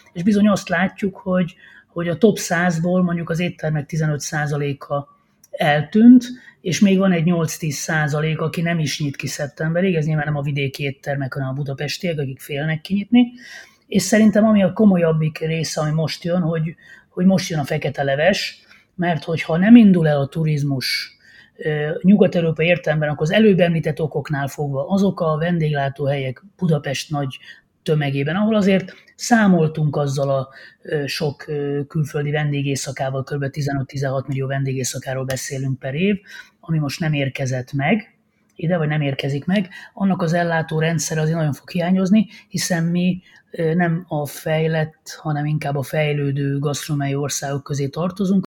és bizony azt látjuk, hogy a top 100-ból mondjuk az éttermek 15%-a eltűnt, és még van egy 8-10%, aki nem is nyit ki szeptemberig, ez nyilván nem a vidéki éttermek, hanem a budapestiek, akik félnek kinyitni, és szerintem ami a komolyabbik része, ami most jön, hogy most jön a fekete leves, mert hogyha nem indul el a turizmus nyugat-európai értelemben, akkor az előbb említett okoknál fogva azok a vendéglátóhelyek Budapest nagy tömegében, ahol azért számoltunk azzal a sok külföldi vendégészakával, kb. 15-16 millió vendégészakáról beszélünk per év, ami most nem érkezett meg ide, vagy nem érkezik meg, annak az ellátórendszer azért nagyon fog hiányozni, hiszen mi nem a fejlett, hanem inkább a fejlődő gasztronómiai országok közé tartozunk.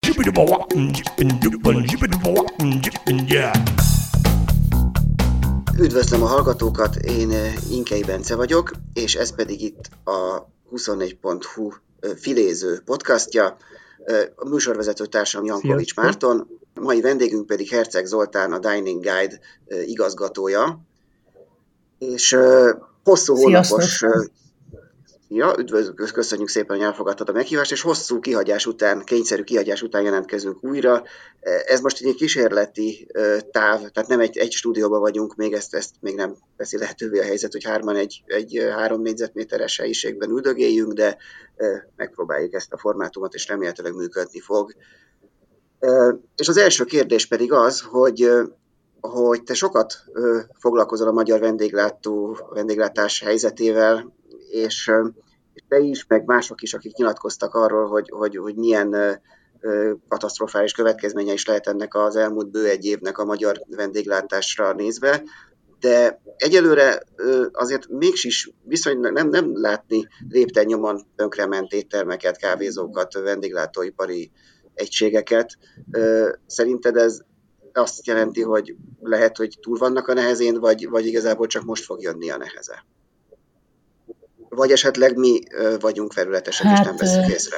Üdvözlöm a hallgatókat, én Inkei Bence vagyok, és ez pedig itt a 24.hu filéző podcastja. A műsorvezető társam Jankovics Márton, mai vendégünk pedig Herceg Zoltán, a Dining Guide igazgatója, és hosszú hónapos... Köszönjük szépen, hogy elfogadtad a meghívást, és hosszú kihagyás után, kényszerű kihagyás után jelentkezünk újra. Ez most egy kísérleti táv, tehát nem egy stúdióban vagyunk, még ezt még nem teszi lehetővé a helyzet, hogy hárman egy 3 négyzetméteres helyiségben üldögéljünk, de megpróbáljuk ezt a formátumot, és remélhetőleg működni fog. És az első kérdés pedig az, hogy te sokat foglalkozol a magyar vendéglátás helyzetével, és te is, meg mások is, akik nyilatkoztak arról, hogy milyen katasztrofális következménye is lehet ennek az elmúlt bő egy évnek a magyar vendéglátásra nézve, de egyelőre azért mégis viszonylag nem látni lépten nyomon tönkrement éttermeket, kávézókat, vendéglátóipari egységeket. Szerinted ez azt jelenti, hogy lehet, hogy túl vannak a nehezén, vagy igazából csak most fog jönni a neheze? Vagy esetleg mi vagyunk felületesek, és nem veszünk észre?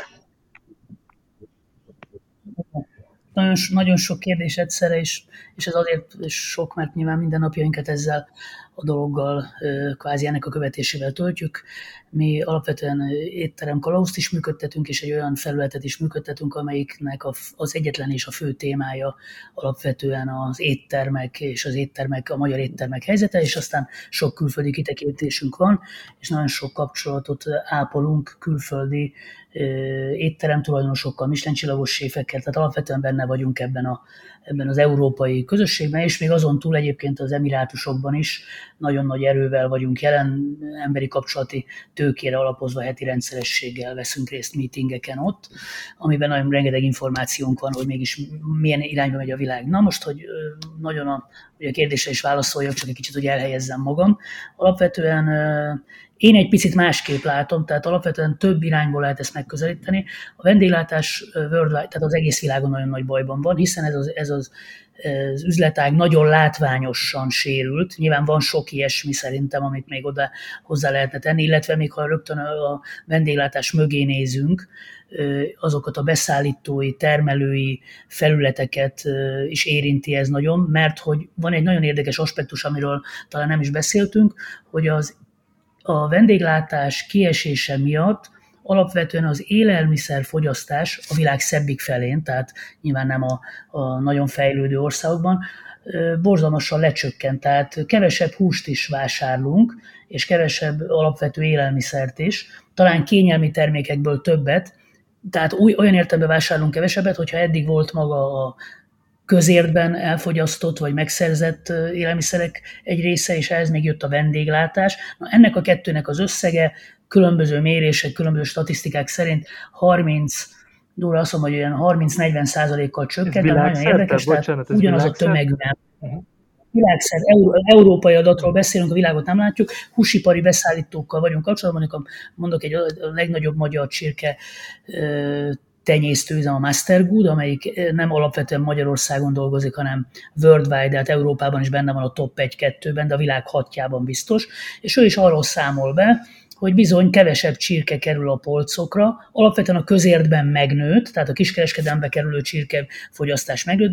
Nagyon sok kérdés egyszerre, és ez azért sok, mert nyilván minden napjainkat ezzel a dologgal, kvázi ennek a követésével töltjük. Mi alapvetően étterem kalauzt is működtetünk, és egy olyan felületet is működtetünk, amelyiknek az egyetlen és a fő témája alapvetően az éttermek és a magyar éttermek helyzete, és aztán sok külföldi kitekintésünk van, és nagyon sok kapcsolatot ápolunk külföldi étterem tulajdonosokkal, Michelin-csillagos séfekkel, tehát alapvetően benne vagyunk ebben az európai közösségben, és még azon túl egyébként az Emirátusokban is nagyon nagy erővel vagyunk jelen, emberi kapcsolati tőkére alapozva heti rendszerességgel veszünk részt meetingeken ott, amiben nagyon rengeteg információnk van, hogy mégis milyen irányba megy a világ. Na most, hogy nagyon a kérdésre is válaszoljak, csak egy kicsit, hogy elhelyezzem magam. Alapvetően én egy picit másképp látom, tehát alapvetően több irányból lehet ezt megközelíteni. A vendéglátás tehát az egész világon nagyon nagy bajban van, hiszen ez az üzletág nagyon látványosan sérült. Nyilván van sok ilyesmi szerintem, amit még oda hozzá lehetne tenni, illetve még ha rögtön a vendéglátás mögé nézünk, azokat a beszállítói, termelői felületeket is érinti ez nagyon, mert hogy van egy nagyon érdekes aspektus, amiről talán nem is beszéltünk, hogy a vendéglátás kiesése miatt alapvetően az élelmiszerfogyasztás a világ szebbik felén, tehát nyilván nem a nagyon fejlődő országokban, borzalmasan lecsökkent, tehát kevesebb húst is vásárlunk, és kevesebb alapvető élelmiszert is, talán kényelmi termékekből többet, tehát olyan értelemben vásárolunk kevesebbet, hogyha eddig volt maga a közértben elfogyasztott vagy megszerzett élelmiszerek egy része, és ehhez még jött a vendéglátás. Na, ennek a kettőnek az összege különböző mérések, különböző statisztikák szerint 30-40%-kal csökkent, de nagyon érdekes, tehát ugyanaz a tömegben. Világszer, európai adatról beszélünk, a világot nem látjuk, húsipari beszállítókkal vagyunk kapcsolatban, mondok a legnagyobb magyar csirke tenyésztőüzem a Master Good, amelyik nem alapvetően Magyarországon dolgozik, hanem worldwide, tehát Európában is benne van a top 1-2-ben, de a világ 6-jában biztos, és ő is arról számol be, hogy bizony kevesebb csirke kerül a polcokra, alapvetően a közértben megnőtt, tehát a kiskereskedelembe kerülő csirkefogyasztás megnőtt,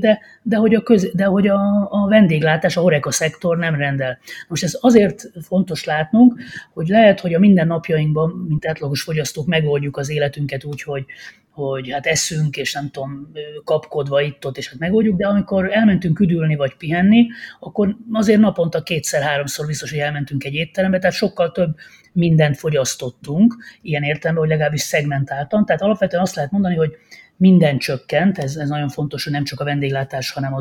de hogy a vendéglátás, a HoReCa szektor nem rendel. Most ez azért fontos látnunk, hogy lehet, hogy a mindennapjainkban, mint átlagos fogyasztók megoldjuk az életünket úgy, hogy hát eszünk, és nem tudom, kapkodva itt-ott, és hát megoldjuk, de amikor elmentünk üdülni vagy pihenni, akkor azért naponta kétszer-háromszor biztos, hogy elmentünk egy étterembe, tehát sokkal több mindent fogyasztottunk, ilyen értelemben, hogy legalábbis szegmentáltan. Tehát alapvetően azt lehet mondani, hogy minden csökkent, ez nagyon fontos, hogy nem csak a vendéglátás, hanem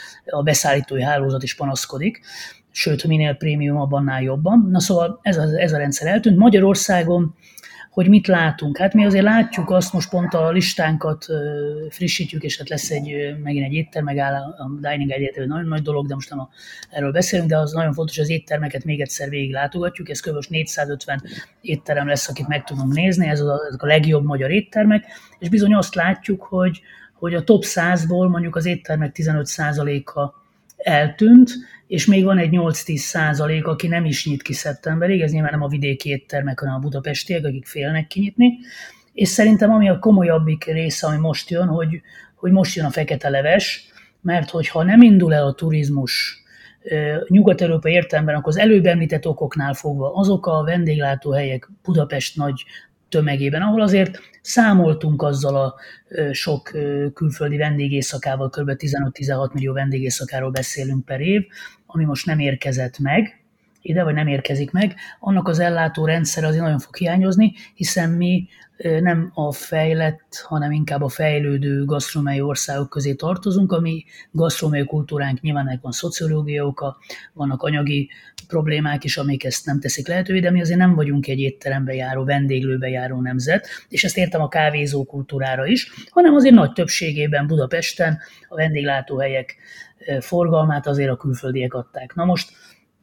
a beszállítói hálózat is panaszkodik, sőt, minél prémiumabb, annál jobban. Na szóval ez a rendszer eltűnt. Magyarországon hogy mit látunk. Hát mi azért látjuk azt, most pont a listánkat frissítjük, és hát lesz megint egy étterm, megáll a Dining Guide, nagyon nagy dolog, de most nem erről beszélünk, de az nagyon fontos, hogy az éttermeket még egyszer végig látogatjuk, ez kb. 450 étterem lesz, akit meg tudunk nézni, ezek a legjobb magyar éttermek, és bizony azt látjuk, hogy a top 100-ból mondjuk az éttermek 15%-a eltűnt, és még van egy 8-10%, aki nem is nyit ki szeptemberig, ez nyilván nem a vidéki éttermek, hanem a budapestiek, akik félnek kinyitni, és szerintem ami a komolyabbik része, ami most jön, hogy most jön a fekete leves, mert hogyha nem indul el a turizmus nyugat-európai értelemben, akkor az előbb említett okoknál fogva azok a vendéglátóhelyek Budapest nagy tömegében, ahol azért számoltunk azzal a sok külföldi vendégészakával, kb. 15-16 millió vendégészakáról beszélünk per év, ami most nem érkezett meg ide, vagy nem érkezik meg, annak az ellátó rendszer azért nagyon fog hiányozni, hiszen mi nem a fejlett, hanem inkább a fejlődő gasztronómiai országok közé tartozunk, ami gasztronómiai kultúránk nyilván van szociológiai oka, vannak anyagi problémák is, amik ezt nem teszik lehetővé, de mi azért nem vagyunk egy étterembe járó, vendéglőbe járó nemzet, és ezt értem a kávézó kultúrára is, hanem azért nagy többségében Budapesten a vendéglátóhelyek forgalmát azért a külföldiek adták. Na most,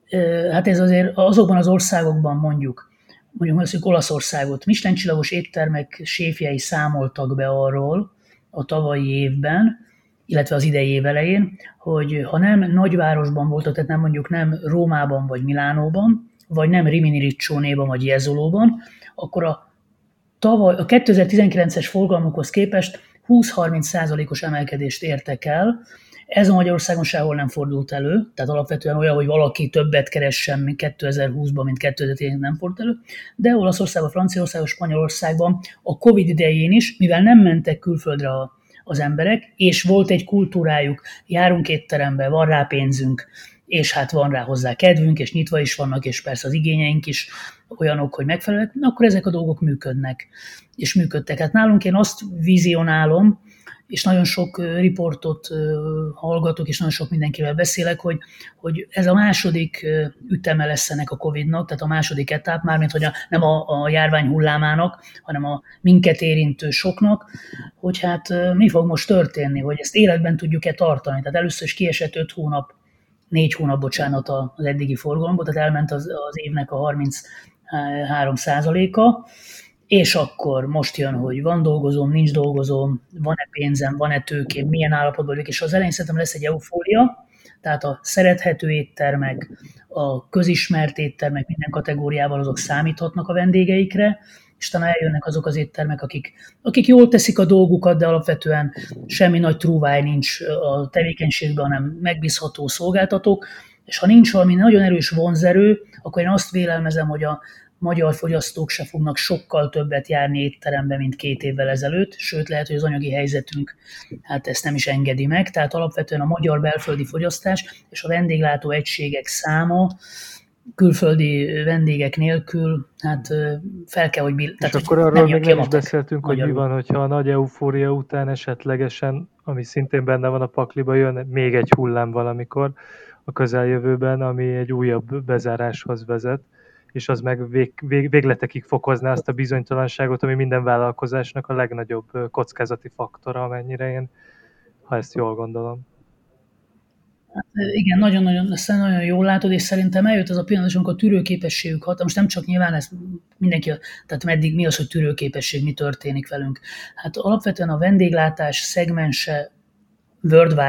hát ez azért azokban az országokban mondjuk mondjuk Olaszországot, Michelin-csillagos éttermek séfjei számoltak be arról a tavalyi évben, illetve az idei év elején, hogy ha nem nagyvárosban voltak, tehát nem mondjuk nem Rómában vagy Milánóban, vagy nem Rimini Ricciónéban vagy Jezulóban, akkor a 2019-es forgalmukhoz képest 20-30%-os emelkedést értek el. Ez a Magyarországon sehol nem fordult elő, tehát alapvetően olyan, hogy valaki többet keressen 2020-ban, mint 2010-ben nem fordult elő, de Olaszországban, Franciaországban, Spanyolországban a Covid idején is, mivel nem mentek külföldre az emberek, és volt egy kultúrájuk, járunk étterembe, van rá pénzünk, és hát van rá hozzá kedvünk, és nyitva is vannak, és persze az igényeink is olyanok, hogy megfelelőek, akkor ezek a dolgok működnek, és működtek. Hát nálunk én azt vizionálom, és nagyon sok riportot hallgatok, és nagyon sok mindenkivel beszélek, hogy ez a második üteme lesz ennek a Covid-nak, tehát a második etap, mármint hogy nem a járvány hullámának, hanem a minket érintő soknak, hogy hát mi fog most történni, hogy ezt életben tudjuk-e tartani. Tehát először is kiesett 4 hónap, bocsánat, az eddigi forgalomból, tehát elment az évnek a 33%-a, és akkor most jön, hogy van dolgozóm, nincs dolgozóm, van-e pénzem, van-e tőkém, milyen állapotban vagyok, és az elején szerintem lesz egy eufória, tehát a szerethető éttermek, a közismert éttermek minden kategóriával azok számíthatnak a vendégeikre, és talán eljönnek azok az éttermek, akik jól teszik a dolgukat, de alapvetően semmi nagy trúváj nincs a tevékenységben, hanem megbízható szolgáltatók, és ha nincs valami nagyon erős vonzerő, akkor én azt vélelmezem, hogy a magyar fogyasztók se fognak sokkal többet járni étterembe, mint 2 évvel ezelőtt, sőt lehet, hogy az anyagi helyzetünk hát ezt nem is engedi meg, tehát alapvetően a magyar belföldi fogyasztás és a vendéglátó egységek száma külföldi vendégek nélkül, hát fel kell, hogy... És tehát, akkor arról még nem is beszéltünk, magyarul. Hogy mi van, hogyha a nagy eufória után esetlegesen, ami szintén benne van a pakliba, jön még egy hullám valamikor a közeljövőben, ami egy újabb bezáráshoz vezet, és az meg végletekig fokozná azt a bizonytalanságot, ami minden vállalkozásnak a legnagyobb kockázati faktora, amennyire én, ha ezt jól gondolom. Hát igen, nagyon jól látod, és szerintem eljött az a pillanat, amikor a tűrőképességük hat. Most nem csak nyilván ez mindenki, tehát meddig mi az, hogy tűrőképesség, mi történik velünk. Hát alapvetően a vendéglátás szegmense worldwide,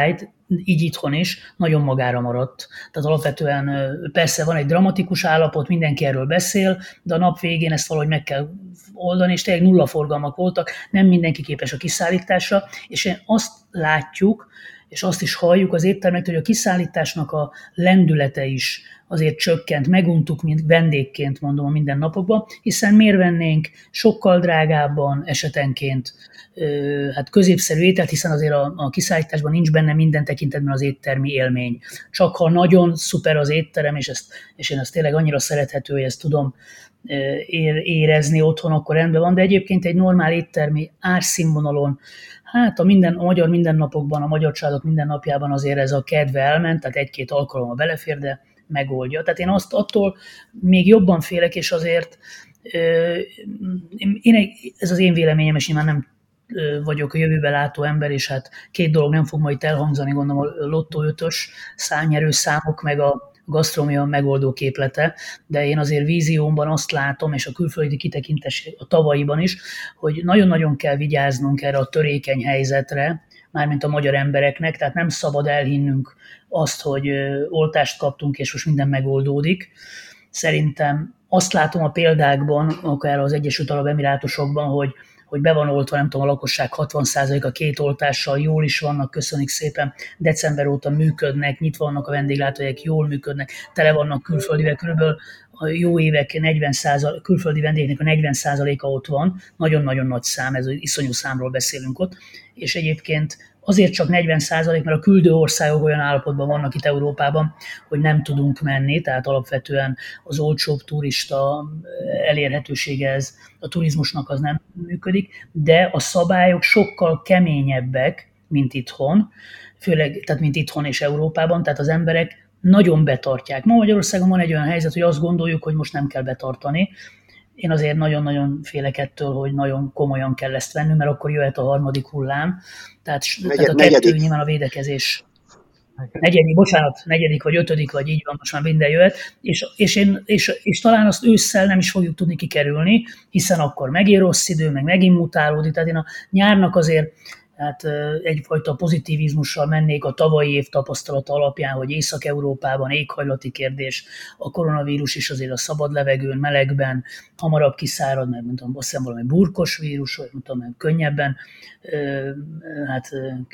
így itthon is, nagyon magára maradt. Tehát alapvetően persze van egy dramatikus állapot, mindenki erről beszél, de a nap végén ezt valahogy meg kell oldani, és tényleg nulla forgalmak voltak, nem mindenki képes a kiszállításra, és azt látjuk, és azt is halljuk az éttermektől, hogy a kiszállításnak a lendülete is azért csökkent, meguntuk, mint vendégként mondom a mindennapokban, hiszen miért vennénk sokkal drágábban esetenként hát középszerű ételt, hiszen azért a kiszállításban nincs benne minden tekintetben az éttermi élmény. Csak ha nagyon szuper az étterem, és én ezt tényleg annyira szerethető, hogy ezt tudom érezni otthon, akkor rendben van, de egyébként egy normál éttermi árszínvonalon, hát a magyar mindennapokban, a magyar családok mindennapjában azért ez a kedve elment, tehát egy-két alkalommal belefér, de megoldja. Tehát én attól még jobban félek, és azért ez az én véleményem, és nyilván nem vagyok a jövőbe látó ember, és hát két dolog nem fog majd elhangzani, gondolom a lottó 5-ös szárnyerő számok, meg a gasztronómia megoldó képlete, de én azért víziómban azt látom, és a külföldi kitekintés a tavalyiban is, hogy nagyon-nagyon kell vigyáznunk erre a törékeny helyzetre, mármint a magyar embereknek, tehát nem szabad elhinnünk azt, hogy oltást kaptunk, és most minden megoldódik. Szerintem azt látom a példákban, akár az Egyesült Arab Emirátusokban, hogy be van oltva, nem tudom, a lakosság 60%-a 2 oltással, jól is vannak, köszönjük szépen, december óta működnek, nyitva vannak a vendéglátóhelyek, jól működnek, tele vannak külföldivel, körülbelül a jó évek 40%, külföldi vendégnek a 40%-a ott van, nagyon-nagyon nagy szám, ez iszonyú számról beszélünk ott, és egyébként azért csak 40%, mert a küldő országok olyan állapotban vannak itt Európában, hogy nem tudunk menni, tehát alapvetően az olcsóbb turista elérhetősége ez a turizmusnak az nem működik, de a szabályok sokkal keményebbek, mint itthon, főleg, tehát mint itthon és Európában, tehát az emberek nagyon betartják. Ma Magyarországon van egy olyan helyzet, hogy azt gondoljuk, hogy most nem kell betartani. Én azért nagyon-nagyon félek ettől, hogy nagyon komolyan kell ezt venni, mert akkor jöhet a harmadik hullám. Tehát a kettő nyilván a védekezés. Negyedik vagy 5. vagy így van, most már minden jöhet, és talán azt ősszel nem is fogjuk tudni kikerülni, hiszen akkor megint rossz idő, meg megint mutálódik. Tehát én a nyárnak azért tehát egyfajta pozitivizmussal mennék a tavalyi év tapasztalata alapján, hogy Észak-Európában éghajlati kérdés, a koronavírus is azért a szabad levegőn, melegben hamarabb kiszárad, mert mondtam, azt hiszem valami burkos vírus, vagy mondtam, könnyebben hát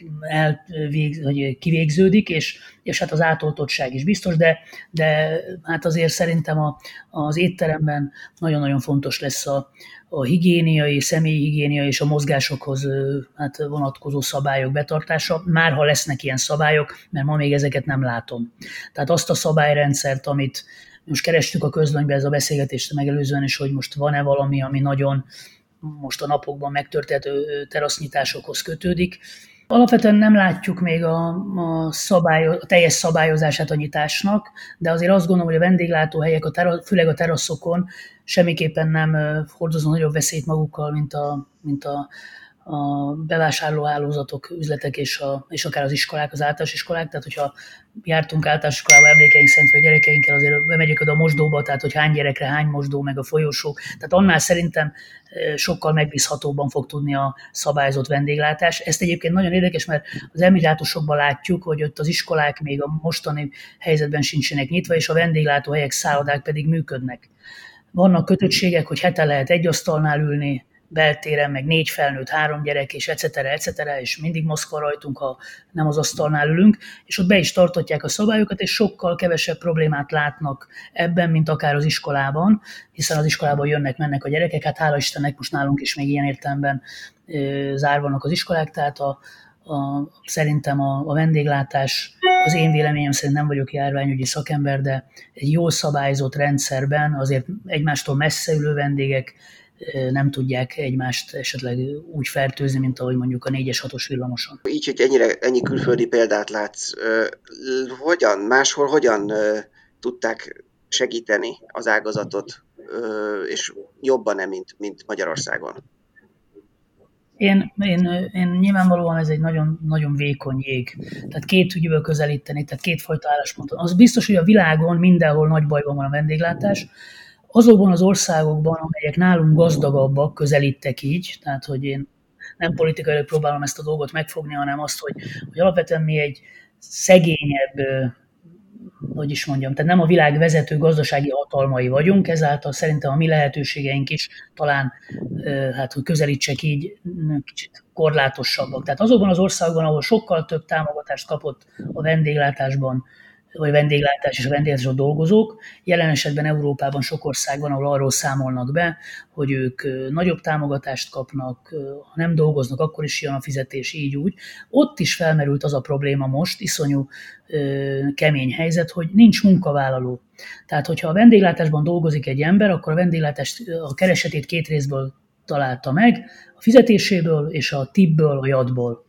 kivégződik, és hát az átoltottság is biztos, de hát azért szerintem az étteremben nagyon-nagyon fontos lesz a higiéniai, személyi higiénia és a mozgásokhoz hát vonatkozó szabályok betartása, már ha lesznek ilyen szabályok, mert ma még ezeket nem látom. Tehát azt a szabályrendszert, amit most kerestük a közlönyben, ez a beszélgetést megelőzően is, hogy most van-e valami, ami nagyon most a napokban megtörténő terasznyitásokhoz kötődik. Alapvetően nem látjuk még a teljes szabályozását a nyitásnak, de azért azt gondolom, hogy a vendéglátóhelyek, főleg a teraszokon semmiképpen nem hordoznak nagyobb veszélyt magukkal, mint a bevásárlóhálózatok, üzletek és akár az iskolák, az általános iskolák. Tehát, hogyha jártunk általános iskolába emlékeink szerint, hogy a gyerekeinkkel azért bemegyünk oda a mosdóba, tehát, hogy hány gyerekre hány mosdó, meg a folyosók. Tehát annál szerintem sokkal megbízhatóbban fog tudni a szabályozott vendéglátás. Ezt egyébként nagyon érdekes, mert az emirátusokban látjuk, hogy ott az iskolák még a mostani helyzetben sincsenek nyitva, és a vendéglátóhelyek, szállodák pedig működnek. Vannak kötöttségek, hogy hete lehet egy asztalnál ülni, beltéren, meg 4 felnőtt, 3 gyerek, és etc., és mindig maszk rajtunk, ha nem az asztalnál ülünk, és ott be is tartotják a szabályokat, és sokkal kevesebb problémát látnak ebben, mint akár az iskolában, hiszen az iskolában jönnek-mennek a gyerekek, hát hála Istennek most nálunk is még ilyen értelemben zárva vannak az iskolák, tehát szerintem a vendéglátás, az én véleményem szerint nem vagyok járványügyi szakember, de egy jól szabályozott rendszerben azért egymástól messze ülő vendégek nem tudják egymást esetleg úgy fertőzni, mint ahogy mondjuk a 4-es, 6-os villamoson. Így, hogy ennyi külföldi példát látsz, hogyan tudták segíteni az ágazatot, és jobban-e, mint Magyarországon? Én nyilvánvalóan ez egy nagyon, nagyon vékony jég. Tehát két ügyből közelíteni, tehát kétfajta állásponton. Az biztos, hogy a világon mindenhol nagy bajban van a vendéglátás. Azokban az országokban, amelyek nálunk gazdagabbak, közelítek így, tehát hogy én nem politikailag próbálom ezt a dolgot megfogni, hanem azt, hogy alapvetően mi egy szegényebb, hogy is mondjam, tehát nem a világ vezető gazdasági hatalmai vagyunk, ezáltal szerintem a mi lehetőségeink is talán, hát hogy közelítsek így, kicsit korlátosabbak. Tehát azokban az országokban, ahol sokkal több támogatást kapott a vendéglátásban, vagy vendéglátás és a vendéglátásban dolgozók. Jelen esetben Európában sok ország van, ahol arról számolnak be, hogy ők nagyobb támogatást kapnak, ha nem dolgoznak, akkor is jön a fizetés így úgy. Ott is felmerült az a probléma most, iszonyú kemény helyzet, hogy nincs munkavállaló. Tehát, hogyha a vendéglátásban dolgozik egy ember, akkor a vendéglátást, a keresetét két részből találta meg, a fizetéséből és a tipből, a jadból.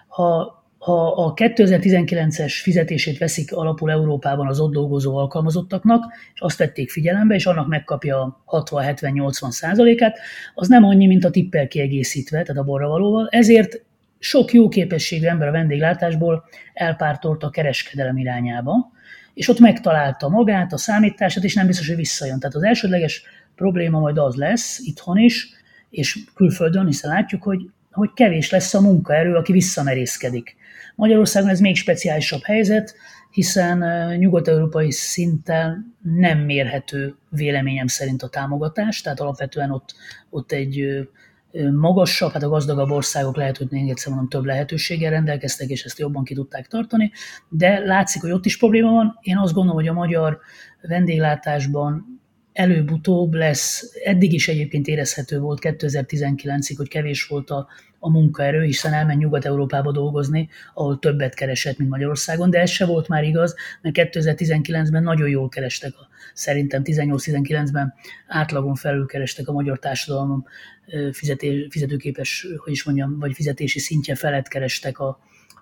Ha a 2019-es fizetését veszik alapul Európában az ott dolgozó alkalmazottaknak, és azt vették figyelembe, és annak megkapja 60-70-80%-át, az nem annyi, mint a tippel kiegészítve, tehát a borravalóval, ezért sok jó képességű ember a vendéglátásból elpártolt a kereskedelem irányába, és ott megtalálta magát, a számítását, és nem biztos, hogy visszajön. Tehát az elsődleges probléma majd az lesz itthon is, és külföldön, hiszen látjuk, hogy kevés lesz a munkaerő, aki visszamerészkedik. Magyarországon ez még speciálisabb helyzet, hiszen nyugat-európai szinten nem mérhető véleményem szerint a támogatás, tehát alapvetően ott egy magasabb, hát a gazdagabb országok lehet, hogy még egyszer mondom, több lehetőséggel rendelkeztek, és ezt jobban ki tudták tartani, de látszik, hogy ott is probléma van. Én azt gondolom, hogy a magyar vendéglátásban előbb-utóbb lesz, eddig is egyébként érezhető volt 2019-ig, hogy kevés volt a munkaerő, hiszen elment Nyugat-Európába dolgozni, ahol többet keresett, mint Magyarországon, de ez se volt már igaz, mert 2019-ben nagyon jól kerestek, szerintem 18-19-ben átlagon felül kerestek a magyar társadalom fizetőképes, hogy is mondjam, vagy fizetési szintje felett kerestek a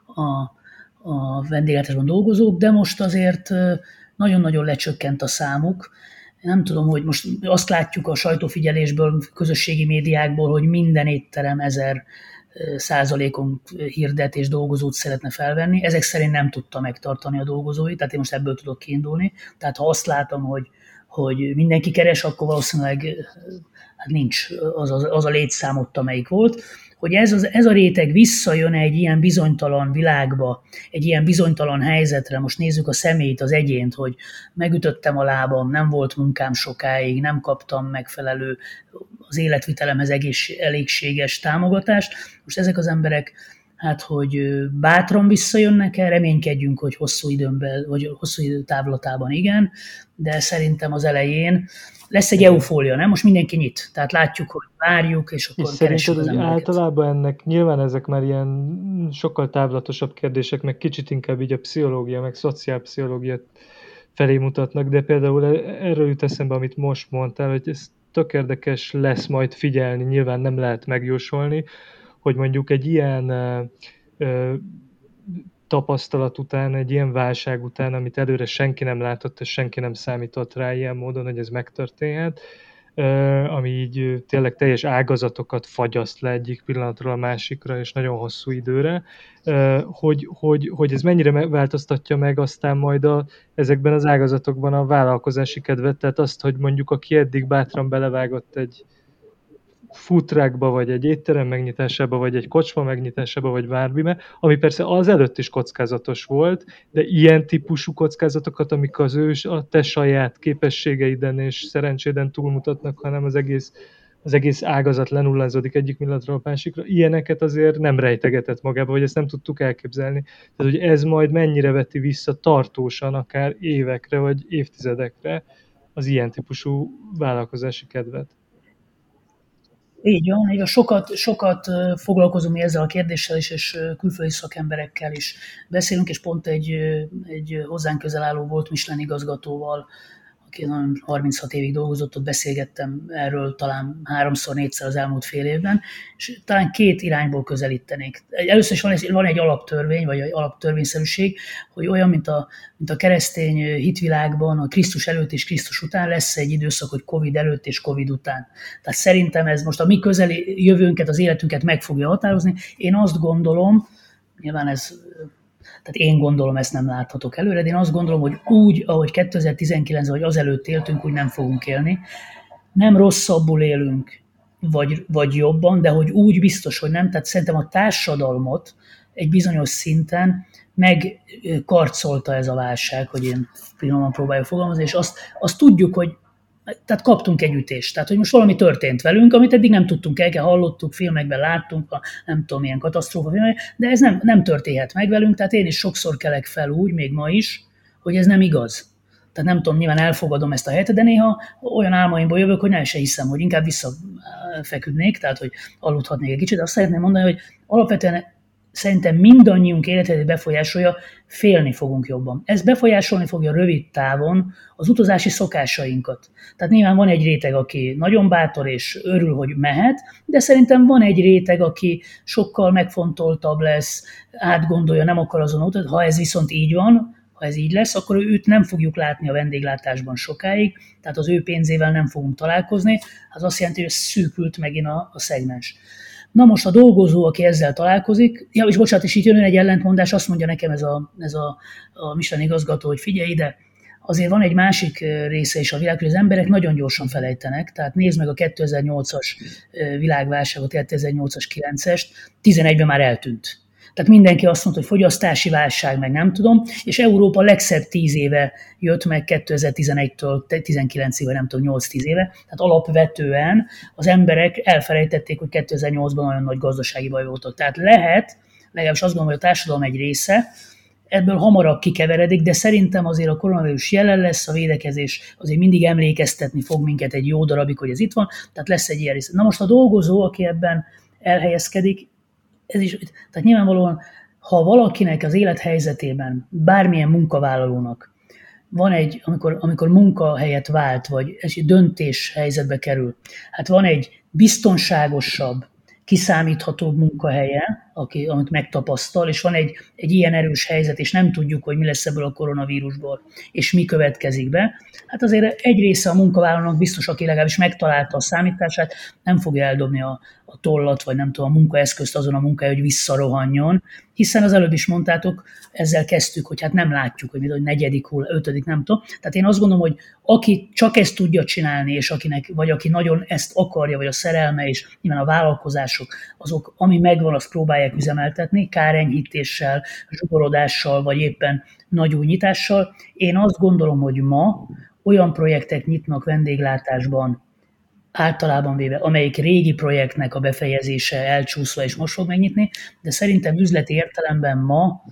vendéglátásban dolgozók, de most azért nagyon-nagyon lecsökkent a számuk. Nem tudom, hogy most azt látjuk a sajtófigyelésből, közösségi médiákból, hogy minden étterem 1000%-on hirdet és dolgozót szeretne felvenni. Ezek szerint nem tudta megtartani a dolgozóit, tehát én most ebből tudok kiindulni. Tehát ha azt látom, hogy mindenki keres, akkor valószínűleg hát nincs az a létszám ott, amelyik volt. Hogy ez a réteg visszajön egy ilyen bizonytalan világba, egy ilyen bizonytalan helyzetre, most nézzük a személyt, az egyént, hogy megütöttem a lábam, nem volt munkám sokáig, nem kaptam megfelelő az életvitelemhez elégséges támogatást. Most ezek az emberek, hát hogy bátran visszajönnek-e, reménykedjünk, hogy hosszú időben, vagy hosszú idő távlatában igen, de szerintem az elején lesz egy eufória, nem? Most mindenki nyit. Tehát látjuk, hogy várjuk, és akkor keressük az embereket. Általában ennek nyilván ezek már ilyen sokkal távlatosabb kérdések, meg kicsit inkább így a pszichológia, meg szociálpszichológia felé mutatnak, de például erről jut eszembe, amit most mondtál, hogy ez tök érdekes lesz majd figyelni, nyilván nem lehet megjósolni, hogy mondjuk egy ilyen tapasztalat után, egy ilyen válság után, amit előre senki nem látott, és senki nem számított rá ilyen módon, hogy ez megtörténhet, ami így tényleg teljes ágazatokat fagyaszt le egyik pillanatról a másikra, és nagyon hosszú időre, hogy ez mennyire változtatja meg aztán majd ezekben az ágazatokban a vállalkozási kedvet, tehát azt, hogy mondjuk aki eddig bátran belevágott egy foodtruckba, vagy egy étterem megnyitásába, vagy egy kocsma megnyitásába, vagy bármibe, ami persze az előtt is kockázatos volt, de ilyen típusú kockázatokat, amik a te saját képességeiden és szerencséden túlmutatnak, hanem az egész ágazat lenullázódik egyik pillanatról a másikra, ilyeneket azért nem rejtegetett magába, vagy ezt nem tudtuk elképzelni. Tehát, hogy ez majd mennyire veti vissza tartósan, akár évekre, vagy évtizedekre az ilyen típusú vállalkozási kedvet. Így van, sokat foglalkozunk mi ezzel a kérdéssel is, és külföldi szakemberekkel is beszélünk, és pont egy hozzánk közel álló volt Michelin igazgatóval, aki 36 évig dolgozott, ott beszélgettem erről talán 3-4-szer az elmúlt fél évben, és talán két irányból közelítenék. Először is van egy alaptörvény, vagy egy alaptörvényszerűség, hogy olyan, mint a keresztény hitvilágban, a Krisztus előtt és Krisztus után lesz egy időszak, hogy Covid előtt és Covid után. Tehát szerintem ez most a mi közeli jövőnket, az életünket meg fogja határozni. Én azt gondolom, nyilván tehát én gondolom, ezt nem láthatok előre, de én azt gondolom, hogy úgy, ahogy 2019-ben vagy azelőtt éltünk, úgy nem fogunk élni. Nem rosszabbul élünk, vagy jobban, de hogy úgy biztos, hogy nem. Tehát szerintem a társadalmat egy bizonyos szinten megkarcolta ez a válság, hogy én finoman próbáljuk fogalmazni, és azt tudjuk, hogy tehát kaptunk egy ütést. Tehát, hogy most valami történt velünk, amit eddig nem tudtunk hallottuk, filmekben láttunk, nem tudom, milyen katasztrófa filmek, de ez nem történhet meg velünk, tehát én is sokszor kelek fel úgy, még ma is, hogy ez nem igaz. Tehát nem tudom, nyilván elfogadom ezt a helyet, de néha olyan álmaimból jövök, hogy nem se hiszem, hogy inkább visszafeküdnék, tehát hogy aludhatnék egy kicsit. De azt szeretném mondani, hogy alapvetően szerintem mindannyiunk életét befolyásolja, félni fogunk jobban. Ez befolyásolni fogja rövid távon az utazási szokásainkat. Tehát nyilván van egy réteg, aki nagyon bátor és örül, hogy mehet, de szerintem van egy réteg, aki sokkal megfontoltabb lesz, átgondolja, nem akar azon utat. Ha ez viszont így van, ha ez így lesz, akkor őt nem fogjuk látni a vendéglátásban sokáig, tehát az ő pénzével nem fogunk találkozni, az azt jelenti, hogy szűkült megint a szegmens. Na most a dolgozó, aki ezzel találkozik, és bocsánat, és itt jön egy ellentmondás, azt mondja nekem ez a Michelin igazgató, hogy figyelj ide, azért van egy másik része is a világ, hogy az emberek nagyon gyorsan felejtenek, tehát nézd meg a 2008-as világválságot, 2008-as, 9-est, 11-ben már eltűnt. Tehát mindenki azt mondta, hogy fogyasztási válság, meg nem tudom, és Európa legszebb 10 éve jött meg 2011-től 19-ig, vagy nem tudom, 8-10 éve. Tehát alapvetően az emberek elfelejtették, hogy 2008-ban olyan nagy gazdasági baj voltak. Tehát lehet, legalábbis azt gondolom, hogy a társadalom egy része ebből hamarabb kikeveredik, de szerintem azért a koronavírus jelen lesz, a védekezés azért mindig emlékeztetni fog minket egy jó darabig, hogy ez itt van, tehát lesz egy ilyen része. Na most a dolgozó, aki ebben elhelyezkedik, ez is, tehát nyilvánvalóan, ha valakinek az élethelyzetében, bármilyen munkavállalónak van egy, amikor munkahelyet vált, vagy egy döntés helyzetbe kerül, hát van egy biztonságosabb, kiszámíthatóbb munkahelye, amit megtapasztal, és van egy ilyen erős helyzet, és nem tudjuk, hogy mi lesz ebből a koronavírusból, és mi következik be. Hát azért egy része a munkavállalónak biztos, aki legalábbis megtalálta a számítását, nem fogja eldobni a tollat, vagy nem tudom, a munkaeszközt azon a munkája, hogy visszarohanjon, hiszen az előbb is mondtátok, ezzel kezdtük, hogy hát nem látjuk, hogy negyedik hull, ötödik, nem tudom. Tehát én azt gondolom, hogy aki csak ezt tudja csinálni, és vagy aki nagyon ezt akarja, vagy a szerelme, és nyilván a vállalkozások, azok, ami megvan, azt próbálják üzemeltetni, kárenyhítéssel, zsugorodással, vagy éppen nagy új nyitással. Én azt gondolom, hogy ma olyan projektek nyitnak vendéglátásban, általában véve, amelyik régi projektnek a befejezése elcsúszva és most fog megnyitni, de szerintem üzleti értelemben ma,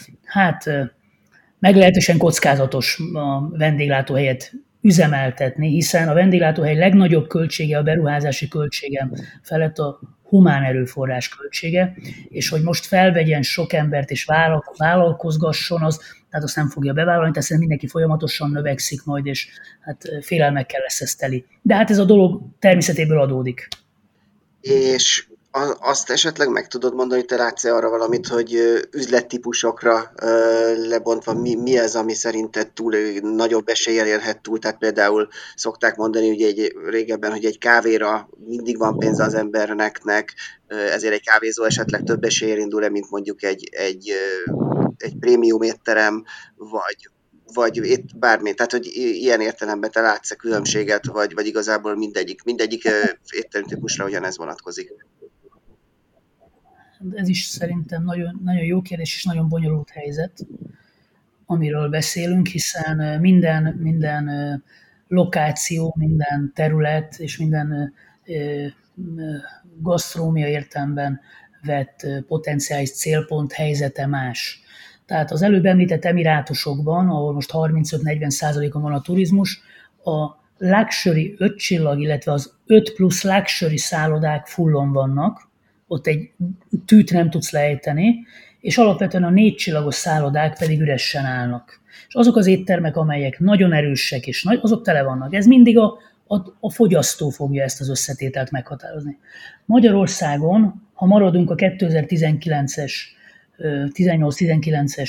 hát meglehetősen kockázatos a vendéglátóhelyet üzemeltetni, hiszen a vendéglátóhely legnagyobb költsége, a beruházási költsége felett a humán erőforrás költsége, és hogy most felvegyen sok embert és vállalkozgasson, tehát azt nem fogja bevállalni, tehát mindenki folyamatosan növekszik majd, és hát félelmekkel lesz ez teli. De hát ez a dolog természetéből adódik. És azt esetleg meg tudod mondani, hogy te látsz-e arra valamit, hogy üzlettípusokra lebontva mi az, ami szerinted nagyobb eséllyel érhet túl? Tehát például szokták mondani, hogy régebben, hogy egy kávéra mindig van pénze az embernek, ezért egy kávézó esetleg több eséllyel indul-e, mint mondjuk egy prémium étterem, vagy itt bármi. Tehát, hogy ilyen értelemben te látsz-e különbséget, vagy igazából mindegyik étterem típusra ugyanez vonatkozik? Ez is szerintem nagyon, nagyon jó kérdés, és nagyon bonyolult helyzet, amiről beszélünk, hiszen minden lokáció, minden terület és minden gasztronómia értelemben vett potenciális célpont helyzete más. Tehát az előbb említett emirátusokban, ahol most 35-40%-on van a turizmus, a luxury 5 csillag, illetve az 5 plusz luxury szállodák fullon vannak, ott egy tűt nem tudsz lejteni, és alapvetően a 4 csillagos szállodák pedig üresen állnak. És azok az éttermek, amelyek nagyon erősek, és azok tele vannak. Ez mindig a fogyasztó fogja ezt az összetételt meghatározni. Magyarországon, ha maradunk a 2019-es, 18-19-es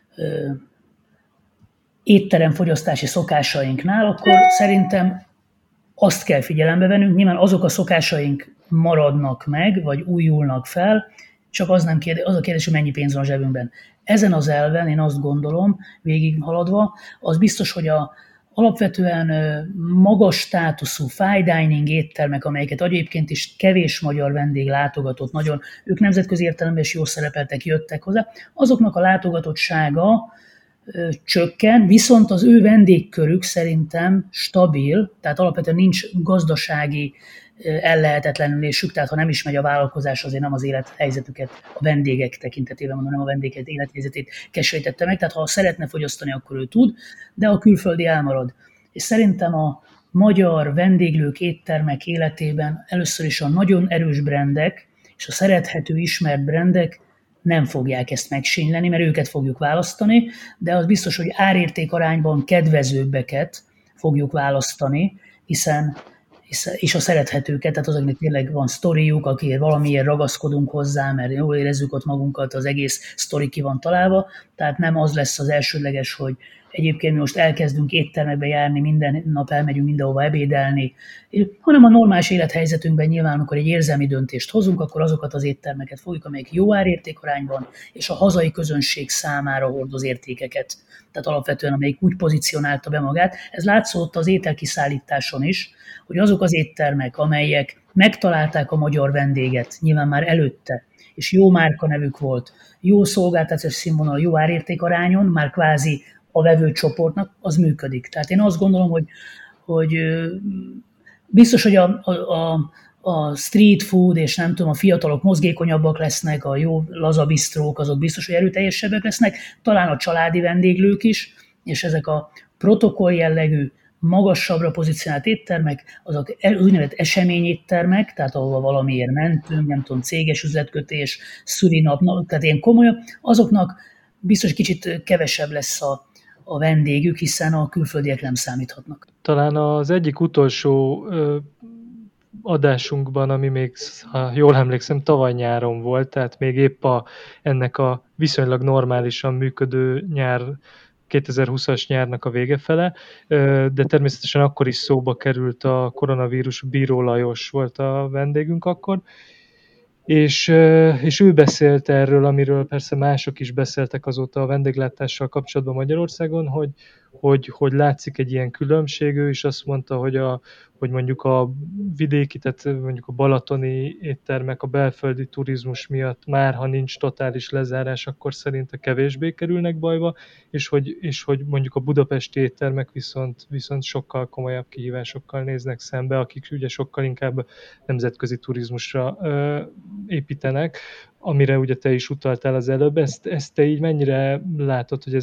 étteremfogyasztási szokásainknál, akkor szerintem azt kell figyelembe vennünk, nyilván azok a szokásaink maradnak meg, vagy újulnak fel, csak az a kérdés, hogy mennyi pénz van a zsebünkben. Ezen az elven én azt gondolom, végighaladva, az biztos, hogy alapvetően magas státuszú fine dining éttermek, amelyeket egyébként is kevés magyar vendég látogatott, nagyon, ők nemzetközi értelemben is jól szerepeltek, jöttek hozzá, azoknak a látogatottsága csökken, viszont az ő vendégkörük szerintem stabil, tehát alapvetően nincs gazdasági ellehetetlenülésük, tehát ha nem is megy a vállalkozás, azért nem az élethelyzetüket a vendégek tekintetében mondom, nem a vendégek élethelyzetét keserítette meg, tehát ha szeretne fogyasztani, akkor ő tud, de a külföldi elmarad. És szerintem a magyar vendéglők, éttermek életében először is a nagyon erős brandek, és a szerethető, ismert brandek nem fogják ezt megsínyleni, mert őket fogjuk választani, de az biztos, hogy árérték arányban kedvezőbbeket fogjuk választani, hiszen és a szerethetőket, tehát azoknak tényleg van sztoriuk, akiért valamiért ragaszkodunk hozzá, mert jól érezzük ott magunkat, az egész sztori ki van találva, tehát nem az lesz az elsődleges, hogy egyébként mi most elkezdünk éttermekbe járni, minden nap elmegyünk mindenhova ebédelni, hanem a normális élethelyzetünkben nyilván, amikor egy érzelmi döntést hozunk, akkor azokat az éttermeket fogjuk, amelyek jó árértékarányban és a hazai közönség számára hordoz értékeket. Tehát alapvetően, amelyik úgy pozícionálta be magát. Ez látszott az ételkiszállításon is, hogy azok az éttermek, amelyek megtalálták a magyar vendéget, nyilván már előtte, és jó márkanevük volt, jó szolgáltatás színvonal, jó árértékarányon, már kvázi a vevőcsoportnak, az működik. Tehát én azt gondolom, hogy biztos, hogy a street food, és nem tudom, a fiatalok mozgékonyabbak lesznek, a jó laza bistrók, azok biztos, hogy erőteljesebbek lesznek, talán a családi vendéglők is, és ezek a protokoll jellegű, magasabbra pozícionált éttermek, azok úgynevezett eseményéttermek, tehát ahova valamiért mentünk, nem tudom, céges üzletkötés, szülinap, tehát ilyen komolyabb, azoknak biztos kicsit kevesebb lesz a vendégük, hiszen a külföldiek nem számíthatnak. Talán az egyik utolsó adásunkban, ami még, ha jól emlékszem, tavaly nyáron volt, tehát még épp ennek a viszonylag normálisan működő 2020-as nyárnak a vége fele, de természetesen akkor is szóba került a koronavírus, Bíró Lajos volt a vendégünk akkor, és ő beszélt erről, amiről persze mások is beszéltek azóta a vendéglátással kapcsolatban Magyarországon, hogy látszik egy ilyen különbség. Ő is azt mondta, hogy mondjuk a vidéki, tehát mondjuk a balatoni éttermek a belföldi turizmus miatt már, ha nincs totális lezárás, akkor szerinte kevésbé kerülnek bajba, és hogy mondjuk a budapesti éttermek viszont sokkal komolyabb kihívásokkal néznek szembe, akik ugye sokkal inkább nemzetközi turizmusra építenek, amire ugye te is utaltál az előbb. Ezt te így mennyire látod, hogy ez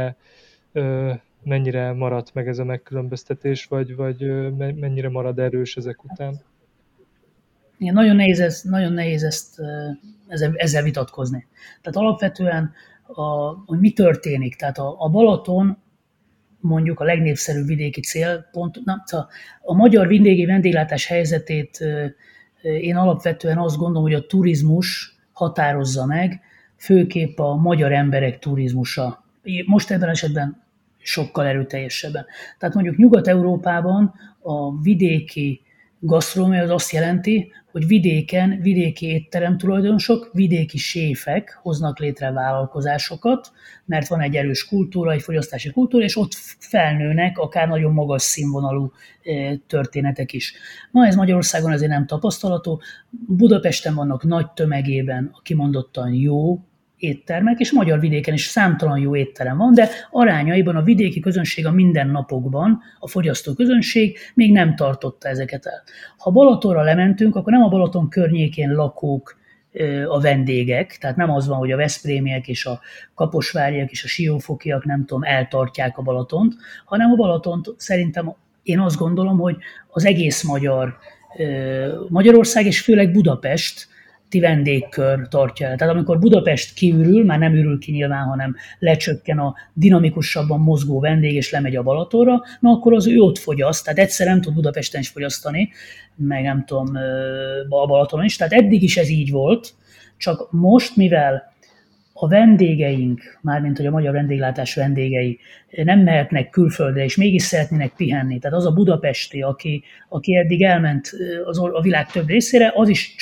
mennyire maradt meg ez a megkülönböztetés, vagy mennyire marad erős ezek után? Igen, nagyon nehéz ezzel vitatkozni. Tehát alapvetően, hogy mi történik, tehát a Balaton mondjuk a legnépszerűbb vidéki célpont, a magyar vidéki vendéglátás helyzetét én alapvetően azt gondolom, hogy a turizmus határozza meg, főképp a magyar emberek turizmusa. Most ebben esetben sokkal erőteljesebben. Tehát mondjuk Nyugat-Európában a vidéki gasztronómia az azt jelenti, hogy vidéki étteremtulajdonosok, vidéki séfek hoznak létre vállalkozásokat, mert van egy erős kultúra, egy fogyasztási kultúra, és ott felnőnek akár nagyon magas színvonalú történetek is. Ma ez Magyarországon azért nem tapasztalható. Budapesten vannak nagy tömegében a kimondottan jó éttermek, és magyar vidéken is számtalan jó étterem van, de arányaiban a vidéki közönség a mindennapokban, a fogyasztó közönség még nem tartotta ezeket el. Ha Balatonra lementünk, akkor nem a Balaton környékén lakók a vendégek, tehát nem az van, hogy a veszprémiek és a kaposváriak és a siófokiak nem tudom, eltartják a Balatont, hanem a Balatont szerintem én azt gondolom, hogy az egész Magyarország és főleg Budapest vendégkör tartja el. Tehát amikor Budapest kiürül, már nem ürül ki nyilván, hanem lecsökken a dinamikusabban mozgó vendég, és lemegy a Balatonra, na akkor az ő ott fogyaszt, tehát egyszer nem tud Budapesten is fogyasztani, meg nem tudom, a Balatonon is, tehát eddig is ez így volt, csak most, mivel a vendégeink, mármint hogy a magyar vendéglátás vendégei nem mehetnek külföldre, és mégis szeretnének pihenni, tehát az a budapesti, aki eddig elment a világ több részére, az is csak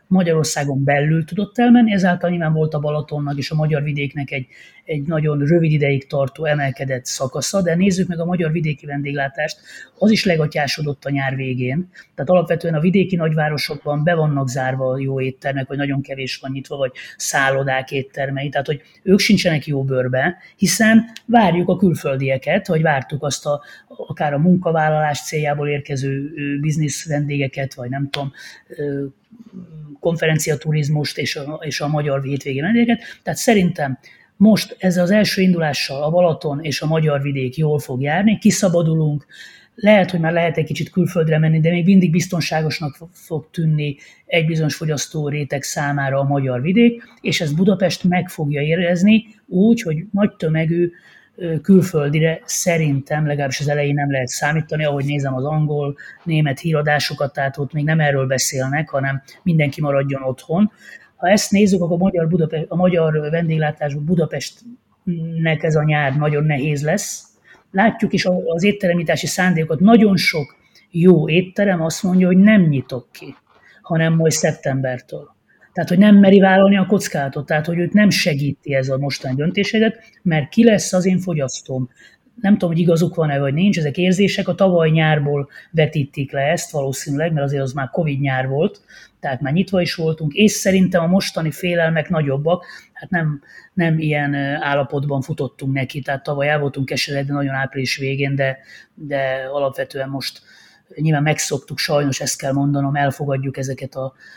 Magyarországon belül tudott elmenni, ezáltal nyilván volt a Balatonnak és a magyar vidéknek egy nagyon rövid ideig tartó emelkedett szakasza, de nézzük meg a magyar vidéki vendéglátást, az is legatyásodott a nyár végén. Tehát alapvetően a vidéki nagyvárosokban be vannak zárva jó éttermek, vagy nagyon kevés van nyitva, vagy szállodák éttermei, tehát hogy ők sincsenek jó bőrbe, hiszen várjuk a külföldieket, vagy vártuk azt akár a munkavállalás céljából érkező biznisz vendégeket, vagy nem tudom, konferenciaturizmust és a magyar hétvégi vendégeket. Tehát szerintem most ezzel az első indulással a Balaton és a magyar vidék jól fog járni, kiszabadulunk, lehet, hogy már lehet egy kicsit külföldre menni, de még mindig biztonságosnak fog tűnni egy bizonyos fogyasztó réteg számára a magyar vidék, és ezt Budapest meg fogja érezni úgy, hogy nagy tömegű külföldire szerintem legalábbis az elején nem lehet számítani, ahogy nézem az angol, német híradásokat, tehát ott még nem erről beszélnek, hanem mindenki maradjon otthon. Ha ezt nézzük, akkor a magyar vendéglátásban Budapestnek ez a nyár nagyon nehéz lesz. Látjuk is az étteremnyitási szándékokat, nagyon sok jó étterem azt mondja, hogy nem nyitok ki, hanem majd szeptembertől. Tehát, hogy nem meri vállalni a kockázatot, tehát, hogy őt nem segíti ez a mostani döntésedet, mert ki lesz az én fogyasztóm. Nem tudom, hogy igazuk van-e, vagy nincs, ezek érzések, a tavaly nyárból vetítik le ezt valószínűleg, mert azért az már Covid nyár volt, tehát már nyitva is voltunk, és szerintem a mostani félelmek nagyobbak, hát nem ilyen állapotban futottunk neki, tehát tavaly el voltunk keseredve nagyon április végén, de alapvetően most nyilván megszoktuk, sajnos ezt kell mondanom, elfogadjuk ezeket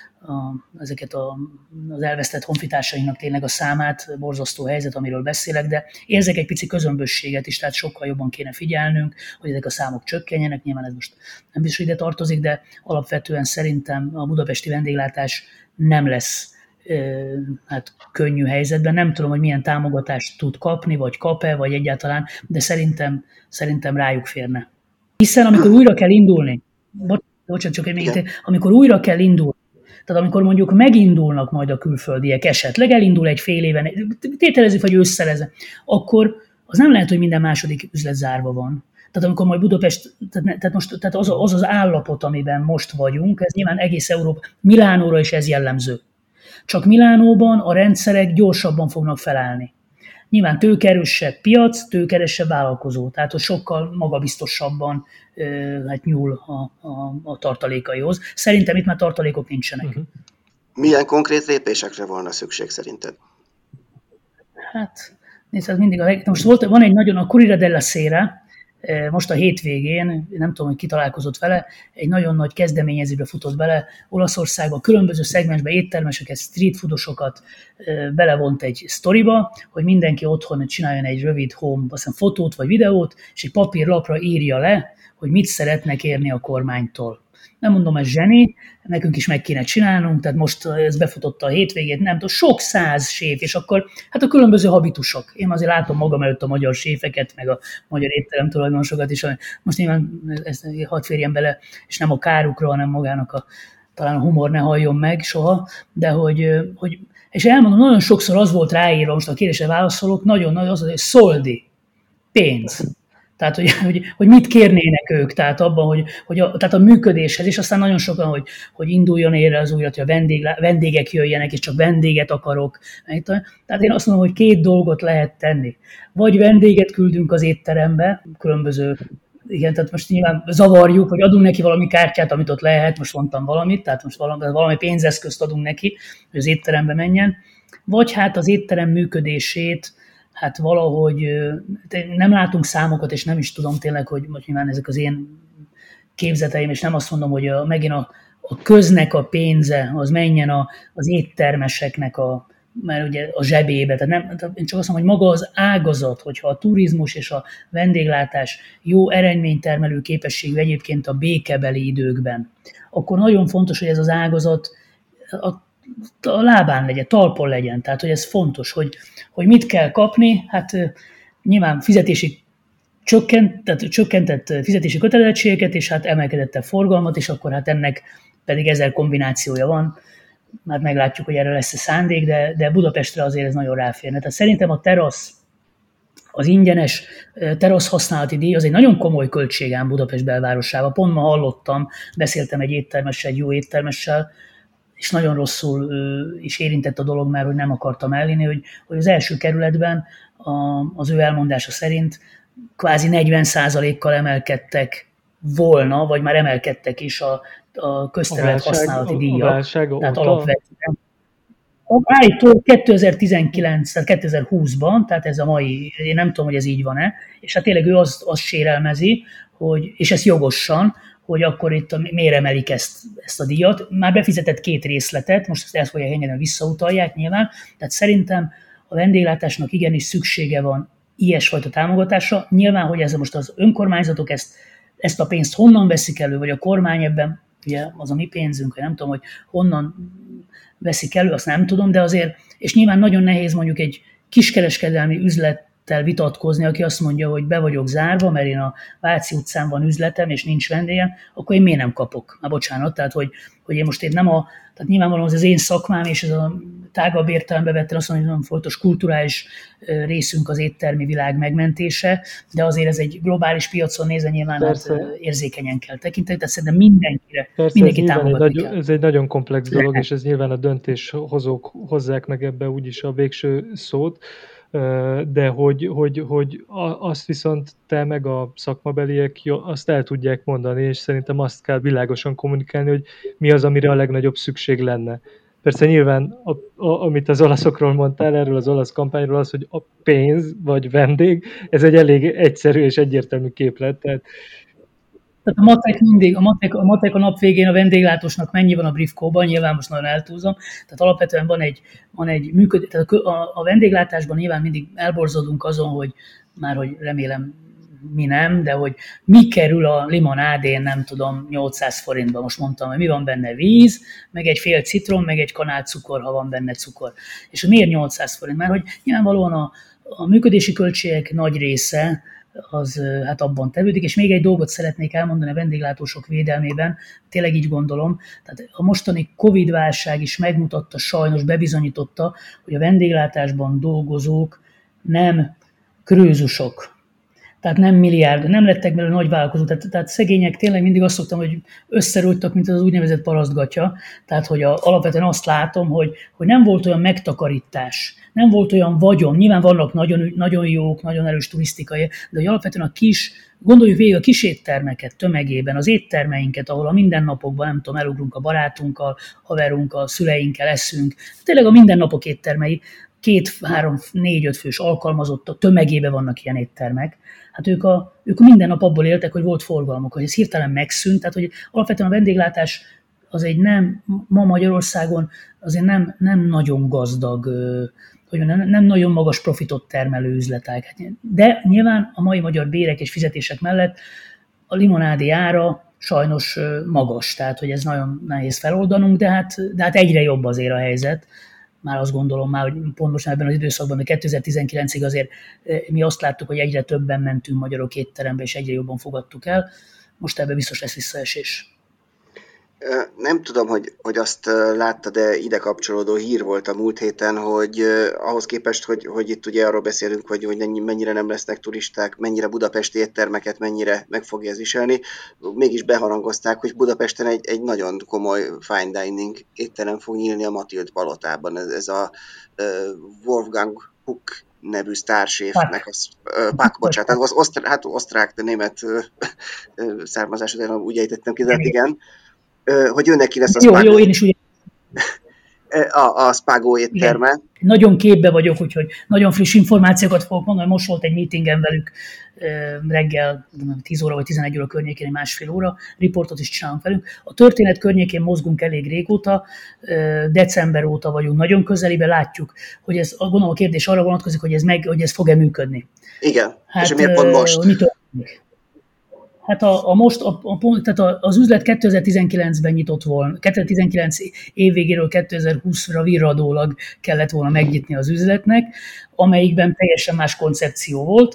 az elvesztett honfitársainknak tényleg a számát, borzasztó helyzet, amiről beszélek, de érzek egy pici közömbösséget is, tehát sokkal jobban kéne figyelnünk, hogy ezek a számok csökkenjenek, nyilván ez most nem biztos ide tartozik, de alapvetően szerintem a budapesti vendéglátás nem lesz hát könnyű helyzetben. Nem tudom, hogy milyen támogatást tud kapni, vagy kap-e, vagy egyáltalán, de szerintem rájuk férne. Hiszen amikor újra kell indulni, amikor újra kell indulni, tehát amikor mondjuk megindulnak majd a külföldiek esetleg, elindul egy fél éven, tételezzük, vagy ősszel, akkor az nem lehet, hogy minden második üzlet zárva van. Tehát amikor majd Budapest, tehát az állapot, amiben most vagyunk, ez nyilván egész Európa, Milánóra is ez jellemző. Csak Milánóban a rendszerek gyorsabban fognak felállni. Nyilván tőkeerősebb piac, tőkeerősebb vállalkozó, tehát hogy sokkal magabiztosabban nyúl a tartalékaihoz. Szerintem itt már tartalékok nincsenek. Milyen konkrét lépésekre volna szükség szerinted? Hát, nézd, mindig most van egy nagyon, a Corriere della Sera, most a hétvégén, nem tudom, hogy ki találkozott vele, egy nagyon nagy kezdeményezésbe futott bele Olaszországban, különböző szegmensben éttermeseket, street foodosokat belevont egy sztoriba, hogy mindenki otthon csináljon egy rövid home, aztán fotót vagy videót, és egy papírlapra írja le, hogy mit szeretnek érni a kormánytól. Nem mondom, ez zseni, nekünk is meg kéne csinálnunk, tehát most ez befutotta a hétvégét, nem tudom, sok száz séf, és akkor hát a különböző habitusok. Én azért látom magam előtt a magyar séfeket, meg a magyar étterem tulajdonosokat is, most nyilván ezt hadd férjen bele, és nem a kárukra, hanem magának talán a humor ne halljon meg soha, de hogy és elmondom, nagyon sokszor az volt ráírva, most a kérdésre válaszolok, nagyon nagy az, hogy szoldi, pénz. Tehát, hogy mit kérnének ők, tehát abban, tehát a működéshez, és aztán nagyon sokan, hogy induljon érre az újra, hogy a vendégek jöjjenek, és csak vendéget akarok. Tehát én azt mondom, hogy két dolgot lehet tenni. Vagy vendéget küldünk az étterembe, különböző, igen, tehát most nyilván zavarjuk, hogy adunk neki valami kártyát, amit ott lehet, most mondtam valamit, tehát most valami pénzeszközt adunk neki, hogy az étterembe menjen. Vagy hát az étterem működését, hát valahogy nem látunk számokat, és nem is tudom tényleg, hogy nyilván ezek az én képzeteim, és nem azt mondom, hogy megint a köznek a pénze, az menjen az éttermeseknek mert ugye a zsebébe. Tehát én csak azt mondom, hogy maga az ágazat, hogyha a turizmus és a vendéglátás jó eredménytermelő képességű egyébként a békebeli időkben, akkor nagyon fontos, hogy ez az ágazat a lábán legyen, talpon legyen. Tehát, hogy ez fontos, hogy mit kell kapni, hát nyilván csökkentett fizetési kötelezettségeket, és hát emelkedett a forgalmat, és akkor hát ennek pedig 1000 kombinációja van. Már meglátjuk, hogy erre lesz a szándék, de Budapestre azért ez nagyon ráférne. Tehát szerintem a terasz, az ingyenes terasz használati díj az egy nagyon komoly költség ám Budapest belvárosában. Pont ma hallottam, beszéltem egy jó éttermessel, és nagyon rosszul is érintett a dolog, mert hogy nem akartam elhinni, hogy az első kerületben az ő elmondása szerint kvázi 40%-kal emelkedtek volna, vagy már emelkedtek is a közterület használati díjak. Tehát alapvetően. Állítólag 2019, tehát 2020-ban, tehát ez a mai, én nem tudom, hogy ez így van-e, és hát tényleg ő azt sérelmezi, hogy, és ez jogosan, hogy akkor itt miért emelik ezt a díjat. Már befizetett 2 részletet, most ezt el fogják engedni, visszautalják nyilván, tehát szerintem a vendéglátásnak igenis szüksége van ilyesfajta támogatásra. Nyilván, hogy ez most az önkormányzatok ezt a pénzt honnan veszik elő, vagy a kormány ebben, ugye az a mi pénzünk, vagy nem tudom, hogy honnan veszik elő, azt nem tudom, de azért, és nyilván nagyon nehéz mondjuk egy kiskereskedelmi üzlettel vitatkozni, aki azt mondja, hogy be vagyok zárva, mert én a Váci utcán van üzletem, és nincs vendégem, akkor én miért nem kapok? Már bocsánat, tehát hogy én most tehát nyilvánvalóan az én szakmám, és ez a tágabb értelembe vettem azt mondom, hogy nagyon fontos kulturális részünk az éttermi világ megmentése, de azért ez egy globális piacon nézve nyilván érzékenyen kell tekinteni, tehát szerintem mindenki támogatni kell. Ez egy nagyon komplex dolog, és ez nyilván a döntéshozók hozzák meg ebbe úgyis a végső szót, de hogy azt viszont te meg a szakmabeliek azt el tudják mondani, és szerintem azt kell világosan kommunikálni, hogy mi az, amire a legnagyobb szükség lenne. Persze nyilván, amit az olaszokról mondtál, erről az olasz kampányról, az, hogy a pénz vagy vendég, ez egy elég egyszerű és egyértelmű képlet. Tehát a matek a nap végén a vendéglátósnak mennyi van a briefkóban, nyilván most nagyon eltúlzom. Tehát alapvetően van egy működés, tehát a vendéglátásban nyilván mindig elborzodunk azon, hogy remélem mi nem, de hogy mi kerül a limonádén, nem tudom, 800 forintba. Most mondtam, hogy mi van benne: víz, meg egy fél citrom, meg egy kanál cukor, ha van benne cukor. És miért 800 forint? Mert hogy nyilvánvalóan a működési költségek nagy része az hát abban tevődik, és még egy dolgot szeretnék elmondani a vendéglátósok védelmében, tényleg így gondolom, tehát a mostani Covid-válság is megmutatta, sajnos bebizonyította, hogy a vendéglátásban dolgozók nem krőzusok, tehát nem milliárd, nem lettek belőle nagy vállalkozók, tehát szegények tényleg mindig azt szoktam, hogy összerújtak, mint az úgynevezett parasztgatya, tehát hogy alapvetően azt látom, hogy nem volt olyan megtakarítás, nem volt olyan vagyon, nyilván vannak nagyon, nagyon jók, nagyon erős turisztikai, de hogy alapvetően gondoljuk végig a kis éttermeket tömegében, az éttermeinket, ahol a mindennapokban, nem tudom, elugrunk a barátunkkal, haverunkkal, szüleinkkel, eszünk, tényleg a mindennapok éttermei, 2, 3, 4, 5 fős alkalmazottak, tömegében vannak ilyen éttermek. Hát ők minden nap abból éltek, hogy volt forgalmuk, hogy ez hirtelen megszűnt, tehát hogy alapvetően a vendéglátás az ma Magyarországon azért nem nagyon gazdag, nem nagyon magas profitot termelő üzletág. De nyilván a mai magyar bérek és fizetések mellett a limonádé ára sajnos magas, tehát hogy ez nagyon nehéz feloldanunk, de hát egyre jobb azért a helyzet. Már azt gondolom, hogy pont most ebben az időszakban, de 2019-ig azért mi azt láttuk, hogy egyre többen mentünk magyarok étterembe, és egyre jobban fogadtuk el. Most ebben biztos lesz visszaesés. Nem tudom, hogy azt láttad, de ide kapcsolódó hír volt a múlt héten, hogy ahhoz képest, hogy itt ugye arról beszélünk, hogy mennyire nem lesznek turisták, mennyire budapesti éttermeket, mennyire meg fogja ez viselni, mégis beharangozták, hogy Budapesten egy nagyon komoly fine dining étterem fog nyílni a Matild palotában. Ez a Wolfgang Puck nevű sztárséfnek, bocsánat, osztrák, de német származású, de úgy ejtettem ki, de igen, hogy ő neki lesz a Spago. Jó, én is úgy. A Spago étterme. Igen. Nagyon képbe vagyok, úgyhogy nagyon friss információkat fogok mondani. Most volt egy meetingen velük reggel 10 óra vagy 11 óra környékén, egy másfél óra, riportot is csinálunk velünk. A történet környékén mozgunk elég régóta, december óta vagyunk nagyon közeliben, látjuk, hogy ez, gondolom a kérdés arra vonatkozik, hogy ez fog-e működni. Igen, hát, és miért pont most? Mi történik? Hát tehát az üzlet 2019-ben nyitott volna, 2019 év végéről 2020-ra virradólag kellett volna megnyitni az üzletnek, amelyikben teljesen más koncepció volt.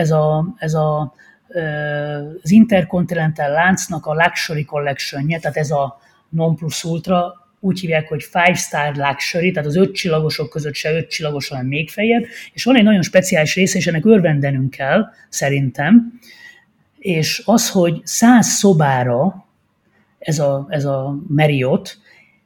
Az Intercontinental láncnak a Luxury Collection-je, tehát ez a non plus ultra, úgy hívják, hogy 5 star luxury, tehát az 5 csillagosok között se 5 csillagos, hanem még feljebb, és van egy nagyon speciális része, és ennek örvendenünk kell, szerintem, és az, hogy 100 szobára ez a Marriott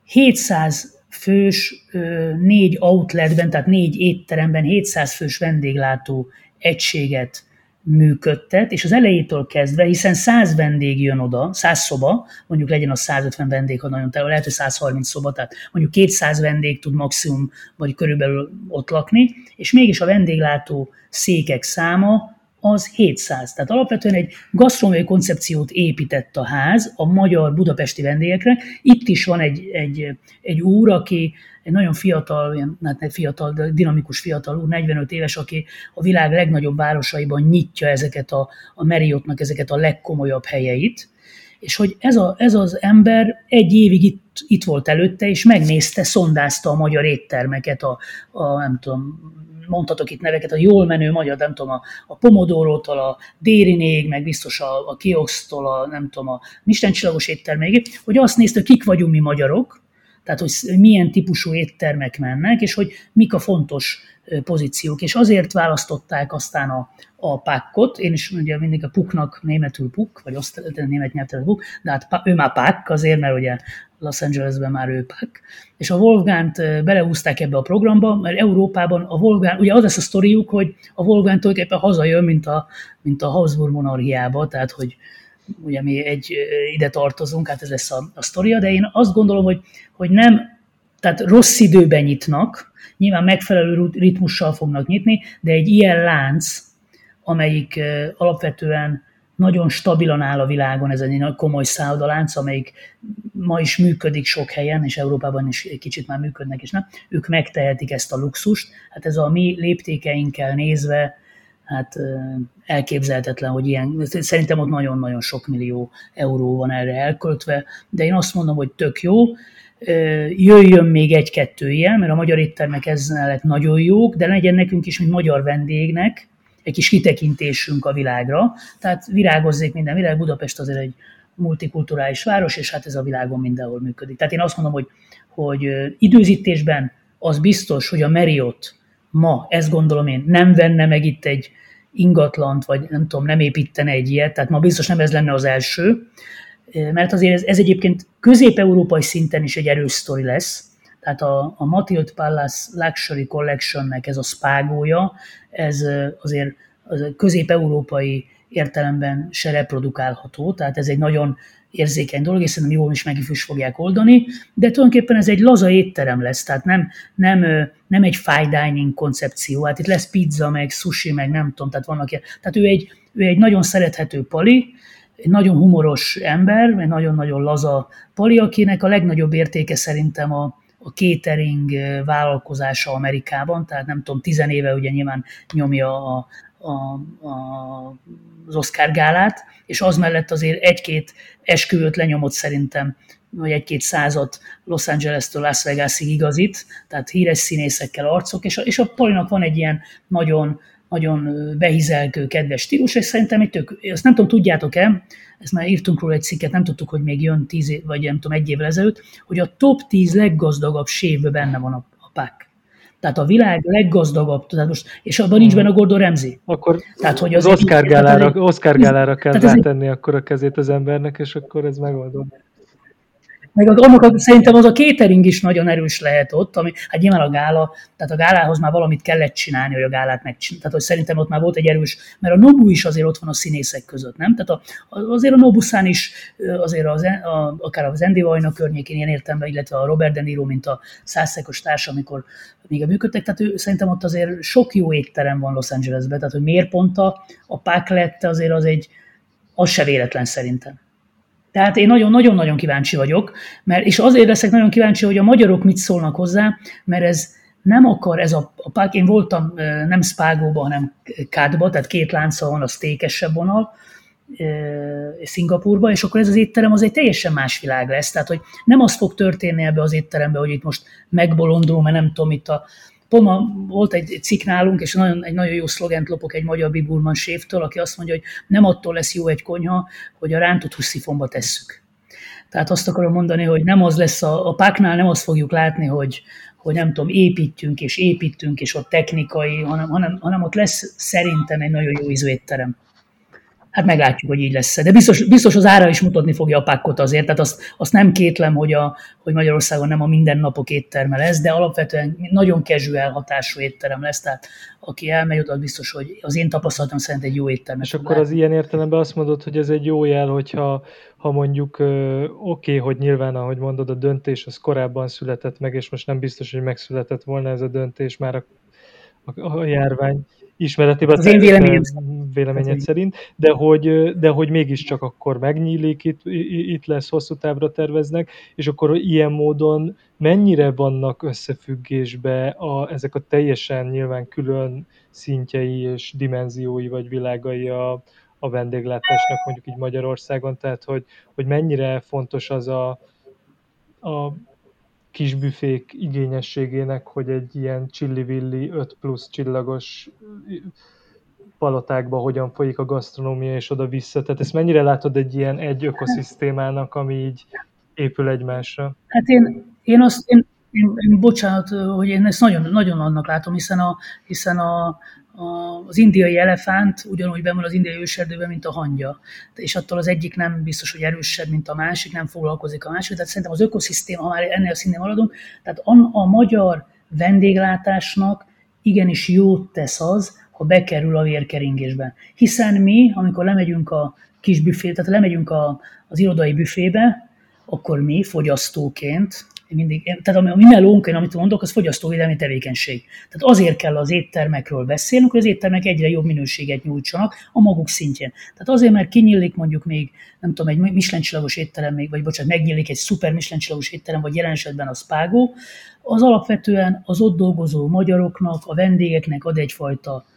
700 fős 4 outletben, tehát 4 étteremben 700 fős vendéglátó egységet működtet, és az elejétől kezdve, hiszen 100 vendég jön oda, 100 szoba, mondjuk legyen a 150 vendég, ha nagyon lehet, hogy 130 szoba, tehát mondjuk 200 vendég tud maximum, vagy körülbelül ott lakni, és mégis a vendéglátó székek száma az 700. Tehát alapvetően egy gasztronómiai koncepciót épített a ház a magyar budapesti vendégekre. Itt is van egy úr, aki egy nagyon fiatal, fiatal, dinamikus fiatal úr, 45 éves, aki a világ legnagyobb városaiban nyitja ezeket a Marriottnak ezeket a legkomolyabb helyeit, és hogy ez az ember egy évig itt volt előtte, és megnézte, szondázta a magyar éttermeket, nem tudom, mondhatok itt neveket, a jól menő magyar, nem tudom, a Pomodoro-tól a Dérinéig, meg biztos a Kiosztól, nem tudom, a Michelin-csillagos étterméig, hogy azt nézte, kik vagyunk mi magyarok, tehát hogy milyen típusú éttermek mennek, és hogy mik a fontos pozíciók. És azért választották aztán a Packot, én is ugye mindig a Pucknak németül Puck, vagy német nyelvtelen Puck, de hát ő már Pack azért, mert ugye Los Angelesben már ő Pack. És a Wolfgangt belehúzták ebbe a programba, mert Európában a Wolfgang, ugye az lesz a sztoriuk, hogy a Wolfgang tulajdonképpen hazajön, mint a Habsburg monarchiába, tehát hogy ugye mi ide tartozunk, hát ez lesz a sztoria, de én azt gondolom, hogy nem, tehát rossz időben nyitnak, nyilván megfelelő ritmussal fognak nyitni, de egy ilyen lánc, amelyik alapvetően nagyon stabilan áll a világon, ez egy komoly szállodalánc, amelyik ma is működik sok helyen, és Európában is egy kicsit már működnek, és nem, ők megtehetik ezt a luxust, hát ez a mi léptékeinkkel nézve, hát elképzelhetetlen, hogy ilyen, szerintem ott nagyon-nagyon sok millió euró van erre elköltve, de én azt mondom, hogy tök jó, jöjjön még egy-kettő ilyen, mert a magyar éttermek ezzel nagyon jók, de legyen nekünk is, mint magyar vendégnek, egy kis kitekintésünk a világra, tehát virágozzék minden világ, Budapest azért egy multikulturális város, és hát ez a világon mindenhol működik. Tehát én azt mondom, hogy időzítésben az biztos, hogy a Marriott ma, ezt gondolom én, nem venne meg itt egy ingatlant, vagy nem tudom, nem építene egy ilyet, tehát ma biztos nem ez lenne az első, mert azért ez egyébként közép-európai szinten is egy erős sztori lesz, tehát a Mathilde Palace Luxury Collection-nek ez a spágója, ez azért az közép-európai értelemben se reprodukálható, tehát ez egy nagyon érzékeny dolog, és szerintem jól is meg is fogják oldani, de tulajdonképpen ez egy laza étterem lesz, tehát nem egy fine dining koncepció, hát itt lesz pizza, meg sushi, meg nem tudom, tehát vannak ilyen, tehát ő egy nagyon szerethető pali, egy nagyon humoros ember, egy nagyon-nagyon laza pali, akinek a legnagyobb értéke szerintem a catering vállalkozása Amerikában, tehát nem tudom, 10 éve ugye nyilván nyomja az Oscar gálát, és az mellett azért egy-két esküvőt lenyomott szerintem, vagy egy-két százat Los Angeles-től Las Vegasig igazít, tehát híres színészekkel arcok, és a Palinak van egy ilyen nagyon behizelgő, kedves stílus, és szerintem azt nem tudom, tudjátok-e, ezt már írtunk róla egy cikket, nem tudtuk, hogy még jön 10 év, vagy nem tudom, 1 évvel ezelőtt, hogy a top 10 leggazdagabb sévben benne van a Pack. Tehát a világ leggazdagabb, tehát most, és abban nincs benne a Gordon Ramsay. Akkor tehát, hogy az Oscar gálára kell rátenni akkor a kezét az embernek, és akkor ez megoldódik. Meg annak szerintem az a catering is nagyon erős lehet ott, ami, hát nyilván a gála, tehát a gálához már valamit kellett csinálni, hogy a gálát megcsinálni. Tehát hogy szerintem ott már volt egy erős, mert a Nobu is azért ott van a színészek között, nem? Tehát azért a Nobuszán is, azért akár az Andy Vajna környékén ilyen értelemben, illetve a Robert De Niro, mint a Százszekos társa, amikor még működtek, tehát szerintem ott azért sok jó étterem van Los Angelesben, tehát hogy miért pont a Pack lett, azért az se véletlen szerintem. Tehát én nagyon-nagyon kíváncsi vagyok, és azért leszek nagyon kíváncsi, hogy a magyarok mit szólnak hozzá, mert ez nem akar, ez a Pack, én voltam nem Spágóban, hanem Kádban, tehát 2 lánca van, a steakesebb vonal, Szingapúrba, és akkor ez az étterem az egy teljesen más világ lesz, tehát hogy nem az fog történni ebbe az étterembe, hogy itt most megbolondul, mert nem tudom, itt volt egy cikk nálunk, és egy nagyon jó szlogent lopok egy magyar Biburman séftől, aki azt mondja, hogy nem attól lesz jó egy konyha, hogy a rántott húszifonba tesszük. Tehát azt akarom mondani, hogy nem az lesz a Packnál, nem azt fogjuk látni, hogy nem tudom, építünk, és ott technikai, hanem ott lesz szerintem egy nagyon jó ízű étterem. Hát meglátjuk, hogy így lesz. De biztos az ára is mutatni fogja a pakkot azért, tehát azt nem kétlem, hogy Magyarországon nem a mindennapok étterme lesz, de alapvetően nagyon casual hatású étterem lesz, tehát aki elmegy oda, biztos, hogy az én tapasztalatom szerint egy jó étterem. És akkor az ilyen értelemben azt mondod, hogy ez egy jó jel, hogyha mondjuk oké, hogy nyilván, ahogy mondod, a döntés az korábban született meg, és most nem biztos, hogy megszületett volna ez a döntés már a járvány ismeretében, az én véleményed szerint, de hogy mégiscsak akkor megnyílik, itt lesz, hosszú távra terveznek, és akkor ilyen módon mennyire vannak összefüggésbe ezek a teljesen nyilván külön szintjei és dimenziói vagy világai a vendéglátásnak mondjuk így Magyarországon, tehát hogy mennyire fontos az a kis büfék igényességének, hogy egy ilyen csillivilli 5 plusz csillagos palotákba hogyan folyik a gasztronómia és oda-vissza. Tehát ezt mennyire látod egy ökoszisztémának, ami így épül egymásra? Hát én bocsánat, hogy én ezt nagyon, nagyon annak látom, hiszen az indiai elefánt ugyanúgy benn van az indiai őserdőben, mint a hangya. És attól az egyik nem biztos, hogy erősebb, mint a másik, nem foglalkozik a másik. Tehát szerintem az ökoszisztéma, ha már ennél a színnél maradunk, tehát a magyar vendéglátásnak igenis jót tesz az, ha bekerül a vérkeringésben. Hiszen mi, amikor lemegyünk a kis büfé, tehát lemegyünk az irodai büfébe, akkor mi fogyasztóként, tehát a mi melónk, amit mondok, az fogyasztóvédelmi tevékenység. Tehát azért kell az éttermekről beszélnünk, hogy az éttermek egyre jobb minőséget nyújtsanak a maguk szintjén. Tehát azért, mert kinyílik mondjuk még, nem tudom, egy Michelin-csillagos étterem, megnyílik egy szuper Michelin-csillagos étterem, vagy jelen esetben a Spago, az alapvetően az ott dolgozó magyaroknak, a vendégeknek ad egyfajta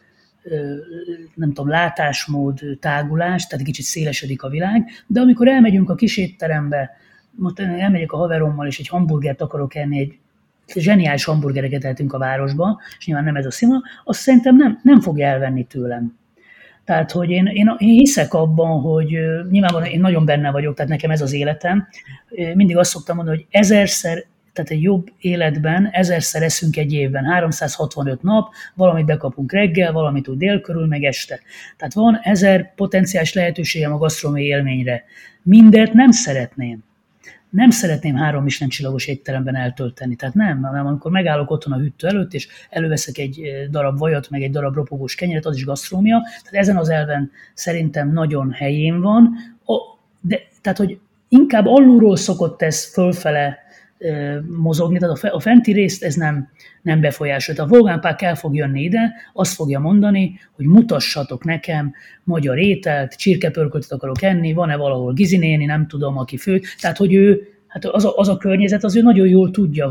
nem tudom, látásmód, tágulás, tehát kicsit szélesedik a világ, de amikor elmegyünk a kis étterembe, most elmegyek a haverommal, és egy hamburgert akarok enni, egy zseniális hamburgereket eltünk a városba, és nyilván nem ez a színvonal, azt szerintem nem fogja elvenni tőlem. Tehát, hogy én hiszek abban, hogy nyilvánvalóan én nagyon benne vagyok, tehát nekem ez az életem. Mindig azt szoktam mondani, hogy ezerszer, tehát egy jobb életben ezerszer eszünk egy évben, 365 nap, valamit bekapunk reggel, valamit úgy dél körül, meg este. Tehát van 1000 potenciális lehetőségem a gasztronómiai élményre. Mindet nem szeretném. Nem szeretném 3 Michelin-csillagos étteremben eltölteni. Tehát nem, amikor megállok otthon a hűtő előtt, és előveszek egy darab vajat, meg egy darab ropogós kenyeret, az is gasztronómia. Tehát ezen az elven szerintem nagyon helyén van. Tehát, hogy inkább alulról szokott ez fölfele mozogni, tehát a fenti részt ez nem befolyásolja. A Wolfgang Puck el fog jönni ide, azt fogja mondani, hogy mutassatok nekem magyar ételt, csirkepörköltet akarok enni, van-e valahol Gizi néni, nem tudom, aki fő. Tehát, hogy ő, hát az a környezet, az ő nagyon jól tudja,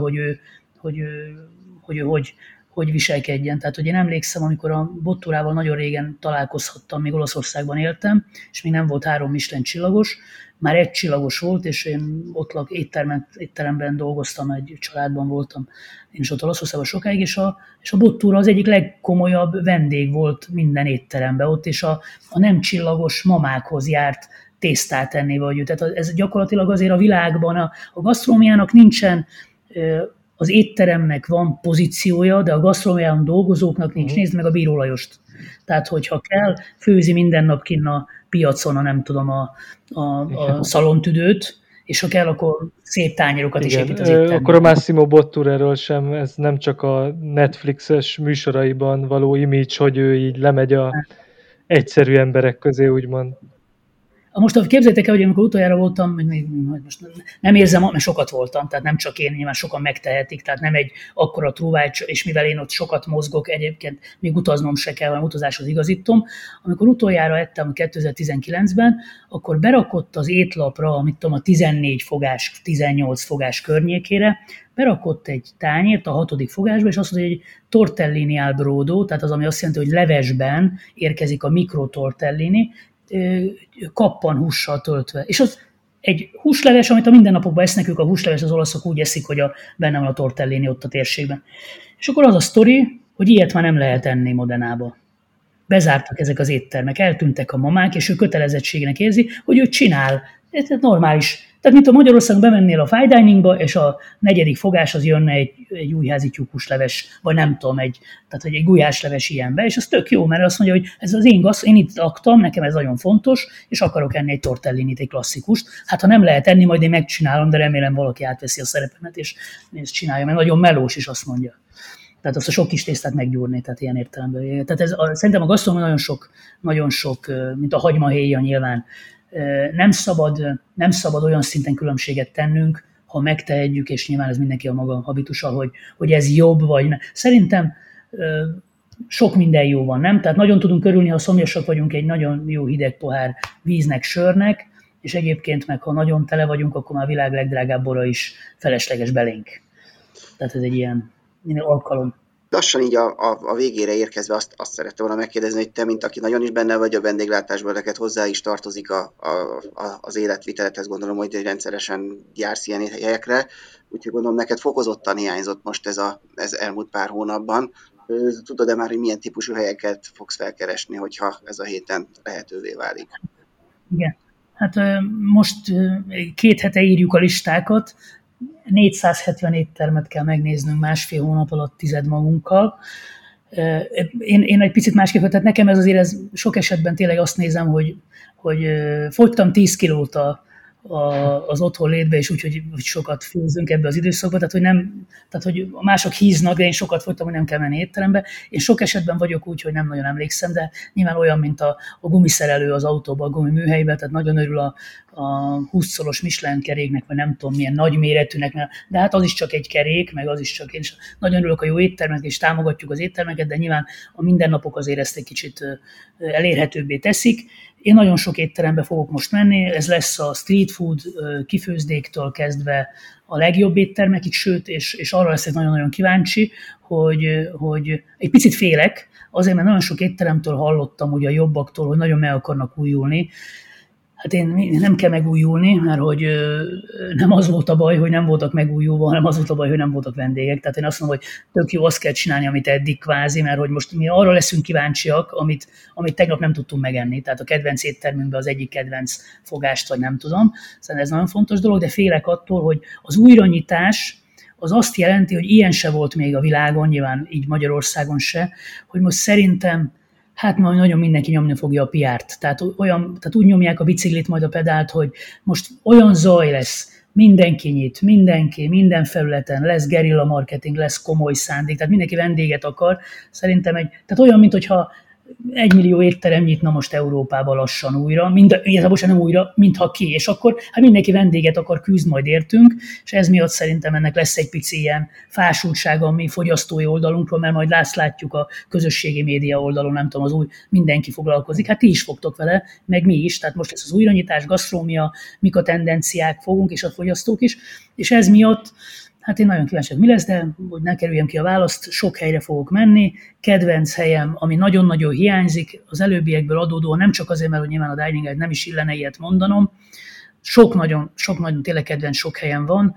hogy viselkedjen. Tehát, hogy én emlékszem, amikor a Botturával nagyon régen találkozhattam, még Olaszországban éltem, és még nem volt 3 Michelin csillagos, már 1 csillagos volt, és én ott étteremben dolgoztam, egy családban voltam, én is ott Olaszországban sokáig, és a Bottura az egyik legkomolyabb vendég volt minden étteremben ott, és a nem csillagos mamákhoz járt tésztát enni, vagy tehát ez gyakorlatilag azért a világban, a gasztronómiának nincsen, az étteremnek van pozíciója, de a gasztronómián dolgozóknak nincs. Nézd meg a Bíró Lajost. Tehát, hogyha kell, főzi minden nap kinn a piacon, nem tudom, a szalontüdőt, és ha kell, akkor szép tányérokat is épít az étteremben. Akkor a Massimo Botturáról sem, ez nem csak a Netflixes műsoraiban való image, hogy ő így lemegy a egyszerű emberek közé, úgymond. Most képzeljétek el, hogy amikor utoljára voltam, most nem érzem, mert sokat voltam, tehát nem csak én, nyilván sokan megtehetik, tehát nem egy akkora trúvágy, és mivel én ott sokat mozgok, egyébként még utaznom se kell, hanem utazáshoz igazítom. Amikor utoljára ettem 2019-ben, akkor berakott az étlapra, amit tudom, a 14 fogás, 18 fogás környékére, berakott egy tányért a 6. fogásba, és azt mondta, hogy egy tortellini al brodo, tehát az, ami azt jelenti, hogy levesben érkezik a mikrotortellini, kappan hússal töltve. És az egy húsleves, amit a mindennapokban esznek, ők a húsleves, az olaszok úgy eszik, hogy benne van a tortellini ott a térségben. És akkor az a sztori, hogy ilyet már nem lehet enni Modenába. Bezártak ezek az éttermek, eltűntek a mamák, és ő kötelezettségnek érzi, hogy ő csinál Ez normális. Tehát, mint a Magyarországon bemennél a fine diningba, és a negyedik fogás az jönne egy újházi tyúkusleves, vagy nem tudom, tehát egy gulyásleves ilyenbe, és az tök jó, mert azt mondja, hogy ez az én itt laktam, nekem ez nagyon fontos, és akarok enni egy tortellinit, egy klasszikust. Hát ha nem lehet enni, majd én megcsinálom, de remélem valaki átveszi a szerepemet, és ezt csinálja, mert nagyon melós is, azt mondja. Tehát azt a sok kis tésztát meggyúrni, tehát ilyen értelemben. Tehát szerintem a gasztronómia nagyon sok, mint a hagymahéja nyilván, nem szabad olyan szinten különbséget tennünk, ha megtehetjük, és nyilván ez mindenki a maga habitusa, hogy ez jobb, vagy nem. Szerintem sok minden jó van, nem? Tehát nagyon tudunk örülni, ha szomjasak vagyunk egy nagyon jó hideg pohár víznek, sörnek, és egyébként meg, ha nagyon tele vagyunk, akkor már a világ legdrágább bora is felesleges belénk. Tehát ez egy ilyen alkalom. Lassan így a végére érkezve azt szerettem volna megkérdezni, hogy te, mint aki nagyon is benne vagy a vendéglátásban, neked hozzá is tartozik az életvitelethez, gondolom, hogy rendszeresen jársz ilyen helyekre, úgyhogy gondolom neked fokozottan hiányzott most ez elmúlt pár hónapban. Tudod-e már, hogy milyen típusú helyeket fogsz felkeresni, hogyha ez a héten lehetővé válik? Igen. Hát most 2 hete írjuk a listákat, 470 éttermet kell megnéznünk másfél hónap alatt 10 magunkkal. Én egy picit másképp, tehát nekem ez sok esetben tényleg azt nézem, hogy fogytam 10 kilót az otthon létbe, és úgy, hogy sokat főzünk ebbe az időszakba, tehát hogy mások híznak, de én sokat fogytam, hogy nem kell menni étterembe. Én sok esetben vagyok úgy, hogy nem nagyon emlékszem, de nyilván olyan, mint a gumiszerelő az autóban, a gumiműhelyben, tehát nagyon örül a 20-szoros Michelin keréknek, vagy nem tudom milyen nagyméretűnek, de hát az is csak egy kerék, meg az is csak én is nagyon örülök a jó éttermek, és támogatjuk az éttermeket, de nyilván a mindennapok azért ezt egy kicsit elérhetőbbé teszik. Én nagyon sok étterembe fogok most menni, ez lesz a street food kifőzdéktől kezdve a legjobb éttermekig, sőt, és arra leszek nagyon-nagyon kíváncsi, hogy egy picit félek, azért, mert nagyon sok étteremtől hallottam, ugye a jobbaktól, hogy nagyon meg akarnak újulni. Hát én nem kell megújulni, mert hogy nem az volt a baj, hogy nem voltak megújulva, hanem az volt a baj, hogy nem voltak vendégek. Tehát én azt mondom, hogy tök jó, azt kell csinálni, amit eddig kvázi, mert hogy most mi arra leszünk kíváncsiak, amit tegnap nem tudtunk megenni. Tehát a kedvenc éttermünkben az egyik kedvenc fogást, vagy nem tudom. Szerintem ez nagyon fontos dolog, de félek attól, hogy az újranyitás az azt jelenti, hogy ilyen se volt még a világon, nyilván így Magyarországon se, hogy most szerintem hát majd nagyon mindenki nyomni fogja a PR-t. Tehát úgy nyomják a biciklit, majd a pedált, hogy most olyan zaj lesz, mindenki nyit, minden felületen, lesz gerilla marketing, lesz komoly szándék, tehát mindenki vendéget akar. Szerintem tehát olyan, mintha 1 millió étterem nyitna most Európában lassan újra, igazából sem nem újra, mintha ki, és akkor hát mindenki vendéget akar, küzd majd értünk, és ez miatt szerintem ennek lesz egy pici ilyen fásultsága a mi fogyasztói oldalunkról, mert majd látjuk a közösségi média oldalon, nem tudom, az új mindenki foglalkozik, hát ti is fogtok vele, meg mi is, tehát most ez az újranyitás, gasztrómia, mik a tendenciák fogunk, és a fogyasztók is, és ez miatt hát én nagyon kíváncsi, mi lesz, de hogy ne kerüljem ki a választ, sok helyre fogok menni. Kedvenc helyem, ami nagyon-nagyon hiányzik, az előbbiekből adódóan, nem csak azért, mert hogy nyilván a dining nem is illene ilyet mondanom, sok nagyon tényleg kedvenc sok helyen van.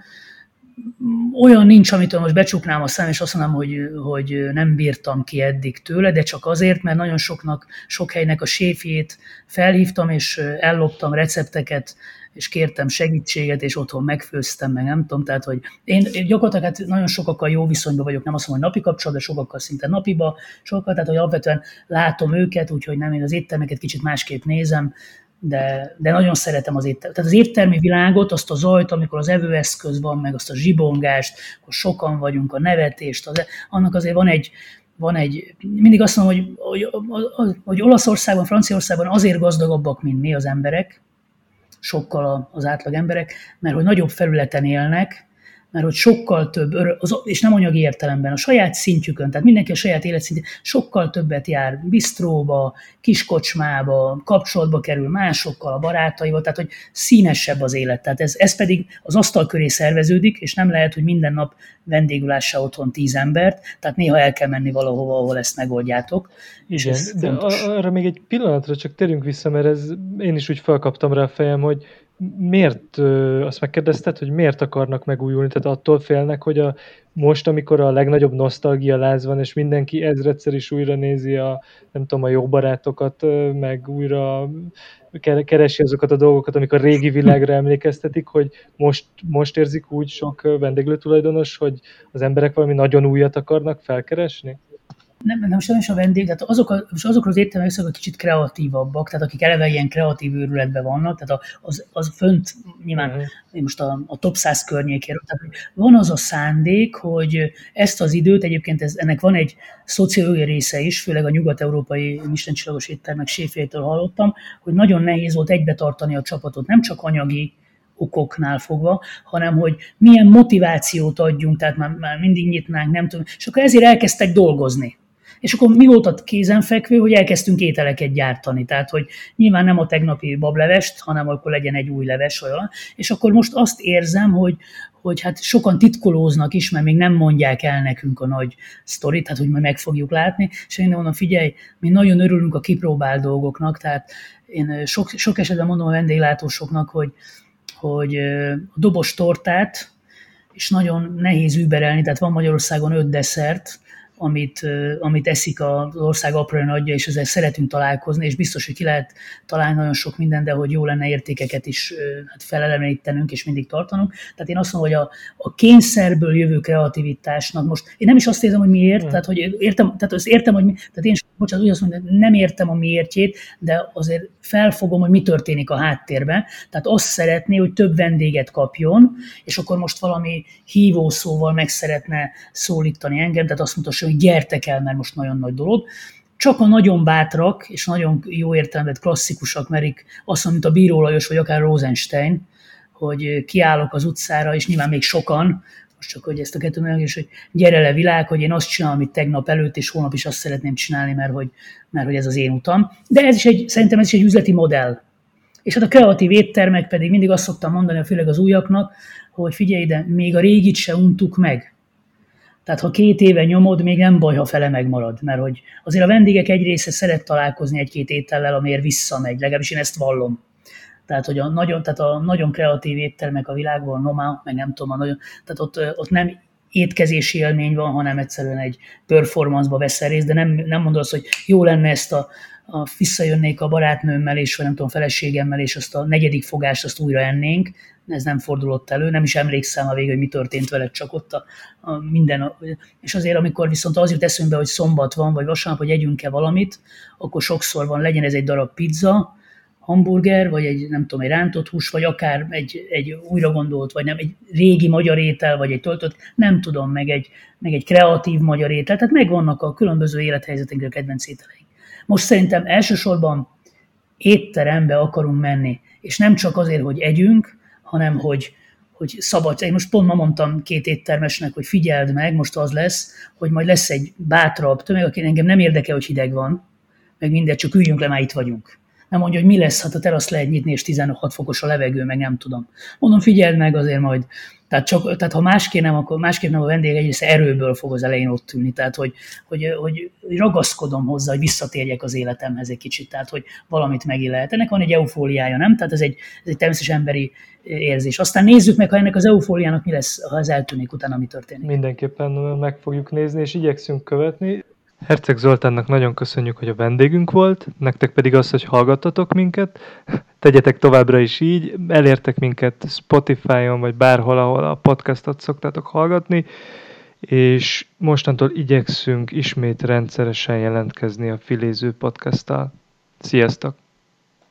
Olyan nincs, amitől most becsuknám a szem, és azt mondom, hogy nem bírtam ki eddig tőle, de csak azért, mert nagyon sok helynek a séfjét felhívtam, és elloptam recepteket, és kértem segítséget, és otthon megfőztem, meg nem tudom, tehát, hogy én gyakorlatilag hát nagyon sokakkal jó viszonyban vagyok, nem azt mondom, hogy napi kapcsolat, de sokakkal szinte napiba, tehát, hogy alapvetően látom őket, úgyhogy nem, én az éttermeket kicsit másképp nézem, de nagyon szeretem az éttermet. Tehát az éttermi világot, azt a zajt, amikor az evőeszköz van, meg azt a zsibongást, akkor sokan vagyunk, a nevetést, annak azért van egy, mindig azt mondom, hogy Olaszországban, Franciaországban azért gazdagabbak, mint mi az emberek, sokkal az átlag emberek, mert hogy nagyobb felületen élnek, mert hogy sokkal több, és nem anyagi értelemben, a saját szintjükön, tehát mindenki a saját életszintjén sokkal többet jár bistróba, kiskocsmába, kapcsolatba kerül másokkal, a barátaival, tehát hogy színesebb az élet. Tehát ez pedig az asztal köré szerveződik, és nem lehet, hogy minden nap vendégülással otthon 10 embert, tehát néha el kell menni valahova, ahol ezt megoldjátok. Igen, de arra még egy pillanatra csak térjünk vissza, mert én is úgy felkaptam rá a fejem, hogy miért, azt megkérdezted, hogy miért akarnak megújulni, tehát attól félnek, hogy most, amikor a legnagyobb nosztalgia láz van, és mindenki ezredszer is újra nézi nem tudom, a Jó barátokat, meg újra keresi azokat a dolgokat, amik a régi világra emlékeztetik, hogy most érzik úgy sok vendéglőtulajdonos, hogy az emberek valami nagyon újat akarnak felkeresni? Nem sajnos a vendég, tehát azokról az értelmek szoktak kicsit kreatívabbak, tehát akik eleve ilyen kreatív őrületben vannak, tehát az fönt nyilván most a top 100 környékéről, tehát van az a szándék, hogy ezt az időt, egyébként ennek van egy szociológiai része is, főleg a nyugat-európai mistelencsillagos éttermek séfjétől hallottam, hogy nagyon nehéz volt egybe tartani a csapatot, nem csak anyagi okoknál fogva, hanem hogy milyen motivációt adjunk, tehát már mindig nyitnánk, nem tudom, és akkor ezért elkezdtek dolgozni. És akkor mi volt a kézenfekvő, hogy elkezdtünk ételeket gyártani. Tehát, hogy nyilván nem a tegnapi bablevest, hanem akkor legyen egy új leves olyan. És akkor most azt érzem, hogy hát sokan titkolóznak is, mert még nem mondják el nekünk a nagy sztorit, tehát hogy majd meg fogjuk látni. És én mondom, figyelj, mi nagyon örülünk a kipróbált dolgoknak, tehát én sok esetben mondom a vendéglátósoknak, hogy a dobos tortát és nagyon nehéz überelni, tehát van Magyarországon 5 desszert, amit eszik az ország apró nagyja, és ezzel szeretünk találkozni, és biztos, hogy ki lehet találni nagyon sok minden, de hogy jó lenne értékeket is felelevenítenünk, és mindig tartanunk. Tehát én azt mondom, hogy a kényszerből jövő kreativitásnak most, én nem is azt érzem, hogy miért, tehát hogy értem, hogy tehát én bocsánat, úgy azt mondom, hogy nem értem a miértjét, de azért felfogom, hogy mi történik a háttérben. Tehát azt szeretné, hogy több vendéget kapjon, és akkor most valami hívószóval meg szeretne szólítani engem, tehát azt mondta, hogy gyertek el, mert most nagyon nagy dolog. Csak a nagyon bátrak, és nagyon jó értelemben klasszikusak merik azt mondja, mint a Bíró Lajos, vagy akár Rosenstein, hogy kiállok az utcára, és nyilván még sokan, most csak hogy ezt a kettőt mondjam, és hogy gyere le világ, hogy én azt csinálom, amit tegnap előtt, és holnap is azt szeretném csinálni, mert hogy ez az én utam. De szerintem ez is egy üzleti modell. És hát a kreatív éttermek pedig mindig azt szoktam mondani, főleg az újaknak, hogy figyelj ide, még a régit se untuk meg. Tehát ha 2 éve nyomod, még nem baj, ha fele megmarad, mert hogy azért a vendégek egy része szeret találkozni 1-2 étellel, amiért visszamegy, legalábbis én ezt vallom. Tehát, hogy a nagyon kreatív éttermek a világban, Noma, meg nem tudom, tehát ott nem étkezési élmény van, hanem egyszerűen egy performance-ba veszel részt, de nem mondod azt, hogy jó lenne ezt visszajönnék a barátnőmmel, és vagy nem tudom, feleségemmel, és azt a 4. fogást azt újra ennénk. Ez nem fordulott elő, nem is emlékszem a végén, hogy mi történt veled, csak ott minden. És azért, amikor viszont az jut eszünkbe, hogy szombat van, vagy vasárnap, hogy együnk-e valamit, akkor sokszor van, legyen ez egy darab pizza, hamburger, vagy egy, nem tudom, egy rántott hús, vagy akár egy újra gondolt, vagy nem, egy régi magyar étel, vagy egy töltött, nem tudom, meg egy kreatív magyar étel. Tehát megvannak a különböző élethelyzetekre a kedvenc ételeink. Most szerintem elsősorban étterembe akarunk menni, és nem csak azért, hogy együnk, hanem hogy szabad. Én most pont ma mondtam 2 éttermesnek, hogy figyeld meg, most az lesz, hogy majd lesz egy bátrabb tömeg, aki engem nem érdekel, hogy hideg van, meg mindegy, csak üljünk le, már itt vagyunk. Nem mondja, hogy mi lesz, hát a teraszt lehet nyitni, és 16 fokos a levegő, meg nem tudom. Mondom, figyeld meg azért majd. Tehát ha másképp nem a vendég egyrészt erőből fog az elején ott ülni, tehát hogy ragaszkodom hozzá, hogy visszatérjek az életemhez egy kicsit, tehát hogy valamit megint lehet. Ennek van egy eufóliája, nem? Tehát ez egy természetes emberi érzés. Aztán nézzük meg, ha ennek az eufóliának mi lesz, ha ez eltűnik, utána mi történik. Mindenképpen meg fogjuk nézni, és igyekszünk követni. Herceg Zoltánnak nagyon köszönjük, hogy a vendégünk volt, nektek pedig az, hogy hallgattatok minket. Tegyetek továbbra is így, elértek minket Spotify-on, vagy bárhol, ahol a podcastot szoktátok hallgatni, és mostantól igyekszünk ismét rendszeresen jelentkezni a Filéző podcasttal. Sziasztok!